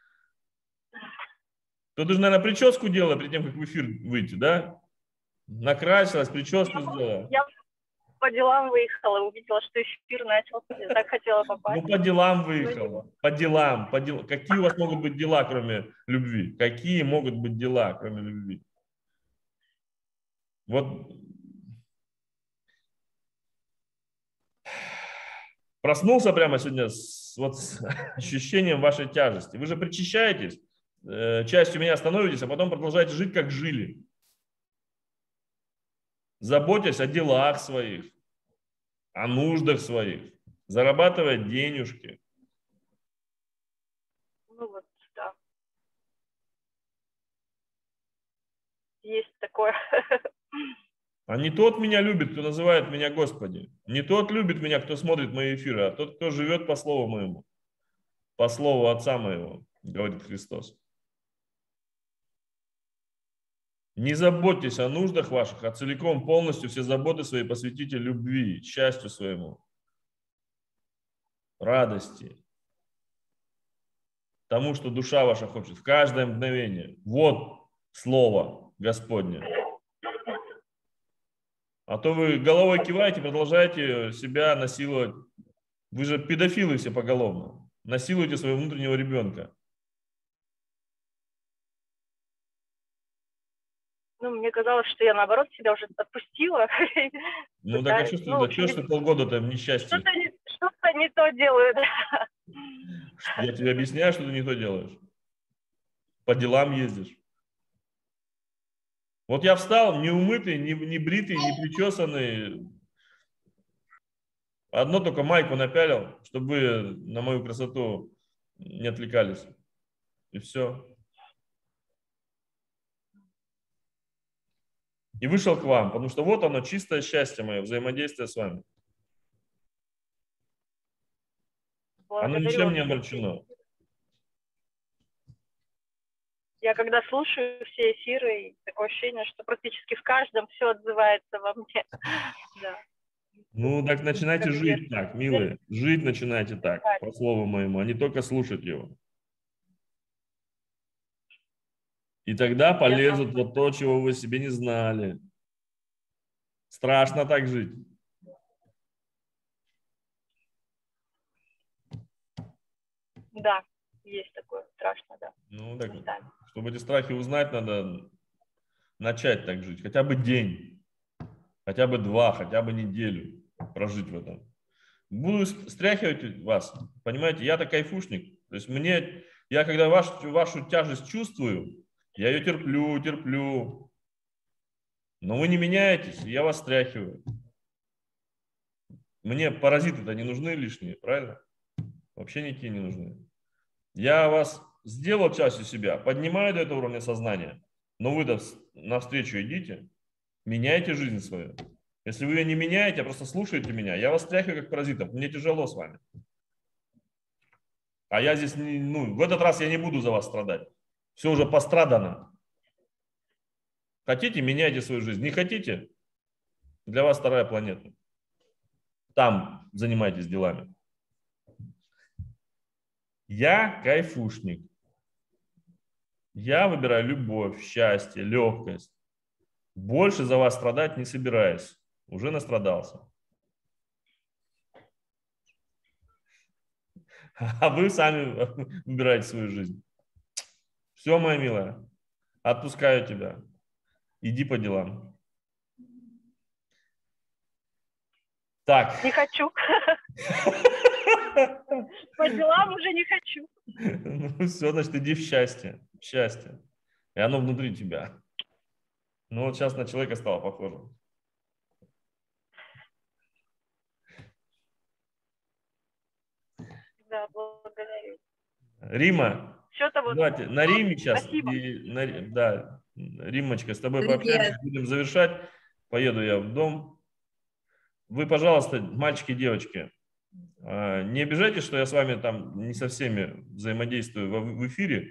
Ты же, наверное, прическу делала перед тем, как в эфир выйти, да? Накрасилась, прическу сделала. Я по делам выехала, увидела, что эфир начался. Я так хотела попасть. Ну, по делам выехала. По делам. Какие у вас могут быть дела, кроме любви? Какие могут быть дела, кроме любви? Вот проснулся прямо сегодня с ощущением вашей тяжести. Вы же причащаетесь, частью меня становитесь, а потом продолжаете жить, как жили. Заботясь о делах своих, о нуждах своих, зарабатывая денежки. Ну вот, да. Есть такое. А не тот меня любит, кто называет меня Господи. Не тот любит меня, кто смотрит мои эфиры, а тот, кто живет по слову моему. По слову Отца моего, говорит Христос. Не заботьтесь о нуждах ваших, а целиком, полностью все заботы свои посвятите любви, счастью своему, радости, тому, что душа ваша хочет в каждое мгновение. Вот слово Господне. А то вы головой киваете, продолжаете себя насиловать. Вы же педофилы все поголовно. Насилуете своего внутреннего ребенка. Ну, мне казалось, что я, наоборот, себя уже отпустила. Ну, так а что ты полгода-то в несчастье? Что-то не то делаю, да. Я тебе объясняю, что ты не то делаешь. По делам ездишь. Вот я встал, не умытый, не бритый, не причесанный. Одно только майку напялил, чтобы вы на мою красоту не отвлекались. И все. И вышел к вам, потому что вот оно, чистое счастье мое, взаимодействие с вами. Оно ничем не омрачено. Я когда слушаю все эфиры, такое ощущение, что практически в каждом все отзывается во мне. Да. Ну, так начинайте Как жить детство. так, милые. Жить начинайте так, по слову моему, а не только слушать его. И тогда полезут вот то, чего вы себе не знали. Страшно так жить. Да, есть такое, страшно, да. Ну, так, Местами. чтобы эти страхи узнать, надо начать так жить. Хотя бы день, хотя бы 2, хотя бы неделю прожить в этом. Буду стряхивать вас, понимаете, я-то кайфушник. То есть я когда вашу тяжесть чувствую, я ее терплю. Но вы не меняетесь, я вас стряхиваю. Мне паразиты-то не нужны лишние, правильно? Вообще никакие не нужны. Я вас сделал частью себя, поднимаю до этого уровня сознания, но вы-то навстречу идите, меняйте жизнь свою. Если вы ее не меняете, а просто слушаете меня, я вас стряхиваю как паразитов, мне тяжело с вами. А я здесь, в этот раз я не буду за вас страдать. Все уже пострадано. Хотите, меняйте свою жизнь. Не хотите, для вас вторая планета. Там занимайтесь делами. Я кайфушник. Я выбираю любовь, счастье, легкость. Больше за вас страдать не собираюсь. Уже настрадался. А вы сами выбираете свою жизнь. Все, моя милая, отпускаю тебя. Иди по делам. Так. Не хочу. По делам уже не хочу. Ну все, значит, иди в счастье. В счастье. И оно внутри тебя. Ну вот сейчас на человека стало похоже. Да, благодарю. Рима, Что-то вот... давайте на Риме сейчас. Спасибо. Да, Римочка, с тобой Привет. пообщаемся, будем завершать. Поеду я в дом. Вы, пожалуйста, мальчики и девочки, не обижайтесь, что я с вами там не со всеми взаимодействую в эфире.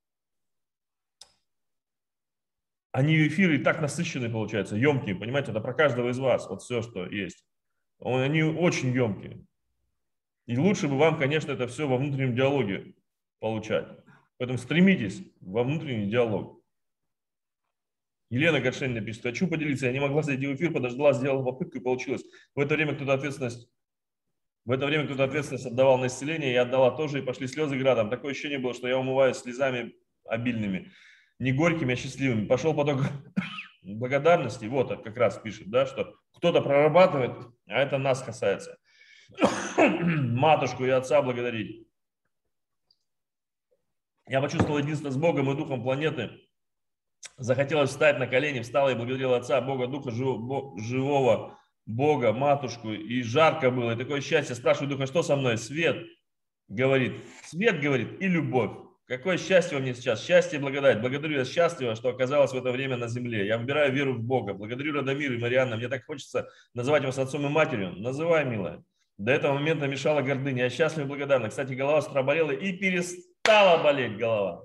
Они эфиры и так насыщенные получаются, емкие, понимаете, это про каждого из вас, вот все, что есть. Они очень емкие. И лучше бы вам, конечно, это все во внутреннем диалоге получать. Поэтому стремитесь во внутренний диалог. Елена Горшенина пишет: хочу поделиться, я не могла зайти в эфир, подождала, сделала попытку и получилось. В это время кто-то ответственность отдавал на исцеление, я отдала тоже, и пошли слезы градом. Такое ощущение было, что я умываюсь слезами обильными, не горькими, а счастливыми. Пошел поток благодарности, вот как раз пишет, да, что кто-то прорабатывает, а это нас касается. Матушку и отца благодарить. Я почувствовал единство с Богом и Духом планеты. Захотелось встать на колени, встала и благодарила Отца, Бога, Духа живого, Бога, Матушку. И жарко было, и такое счастье. Спрашиваю Духа, что со мной? Свет говорит, и любовь. Какое счастье во мне сейчас? Счастье и благодать. Благодарю, я счастлива, что оказалась в это время на земле. Я выбираю веру в Бога. Благодарю Радомира и Марианна. Мне так хочется называть вас отцом и матерью. Называй, милая. До этого момента мешала гордыня. Я счастлива и благодарна. Кстати, голова с утра болела и перестала болеть голова.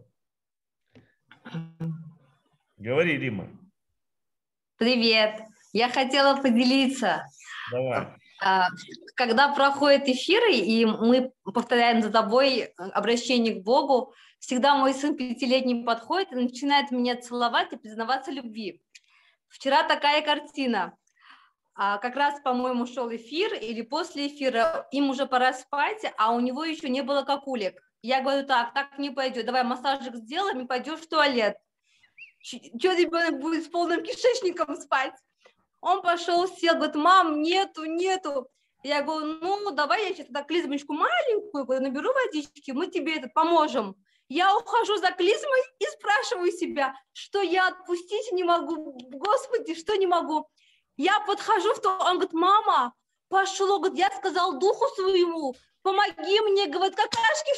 Говори, Рима. Привет. Я хотела поделиться. Давай. Когда проходят эфиры, и мы повторяем за тобой обращение к Богу, всегда мой сын 5-летний подходит и начинает меня целовать и признаваться в любви. Вчера такая картина. Как раз, по-моему, шел эфир, или после эфира, им уже пора спать, а у него еще не было какулек. Я говорю, так не пойдет, давай массажик сделаем и пойдешь в туалет. Что ребенок будет с полным кишечником спать? Он пошел, сел, говорит, мам, нету. Я говорю, ну, давай я сейчас тогда клизмочку маленькую наберу водички, мы тебе поможем. Я ухожу за клизмой и спрашиваю себя, что я отпустить не могу, Господи, что не могу. Я подхожу в то, он говорит, мама, пошло, говорит, я сказал духу своему, помоги мне, говорит, какашки,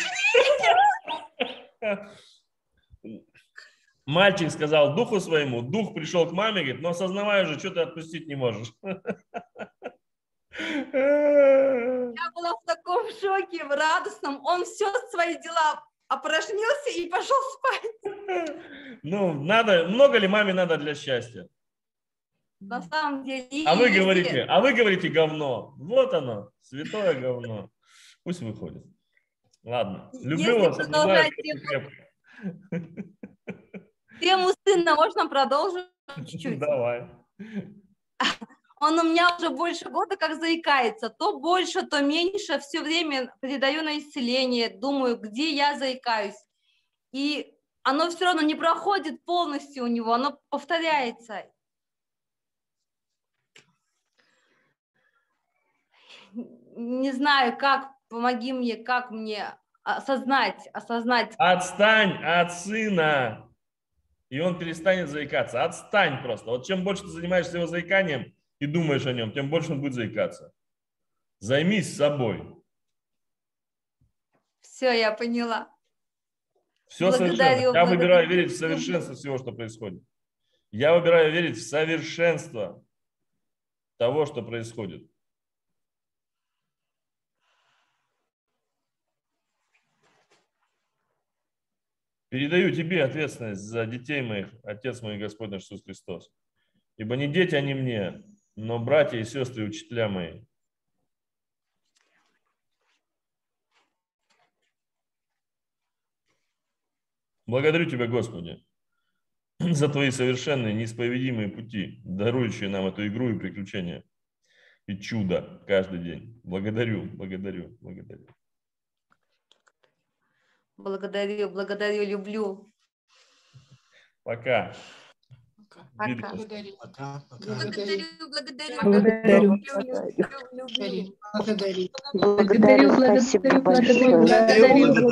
что... Мальчик сказал духу своему, дух пришел к маме, говорит, но осознавай уже, что ты отпустить не можешь. Я была в таком шоке, в радостном, он все свои дела опорожнился и пошел спать. Ну, много ли маме надо для счастья? На самом деле... А вы если- говорите говно. Вот оно, святое говно. Пусть выходит. Ладно. Люблю Если вас, обнимаю продолжать крепко. тему сына, можно продолжить чуть-чуть? Давай. Он у меня уже больше года как заикается. То больше, то меньше. Все время передаю на исцеление. Думаю, где я заикаюсь. И оно все равно не проходит полностью у него. Оно повторяется. Не знаю, как, помоги мне, как мне осознать. Отстань от сына, и он перестанет заикаться. Отстань просто. Вот чем больше ты занимаешься его заиканием и думаешь о нем, тем больше он будет заикаться. Займись собой. Все, я поняла. Все Благодарю, совершенно. Я выбираю благодарю. верить в совершенство всего, что происходит. Я выбираю верить в совершенство того, что происходит. Передаю тебе ответственность за детей моих, Отец мой Господь наш Иисус Христос. Ибо не дети они мне, но братья и сестры, учителя мои. Благодарю Тебя, Господи, за Твои совершенные, неисповедимые пути, дарующие нам эту игру и приключения, и чудо каждый день. Благодарю. Благодарю, люблю. Пока. Пока. Видимся. Благодарю. Благодарю. Благодарю, спасибо большое.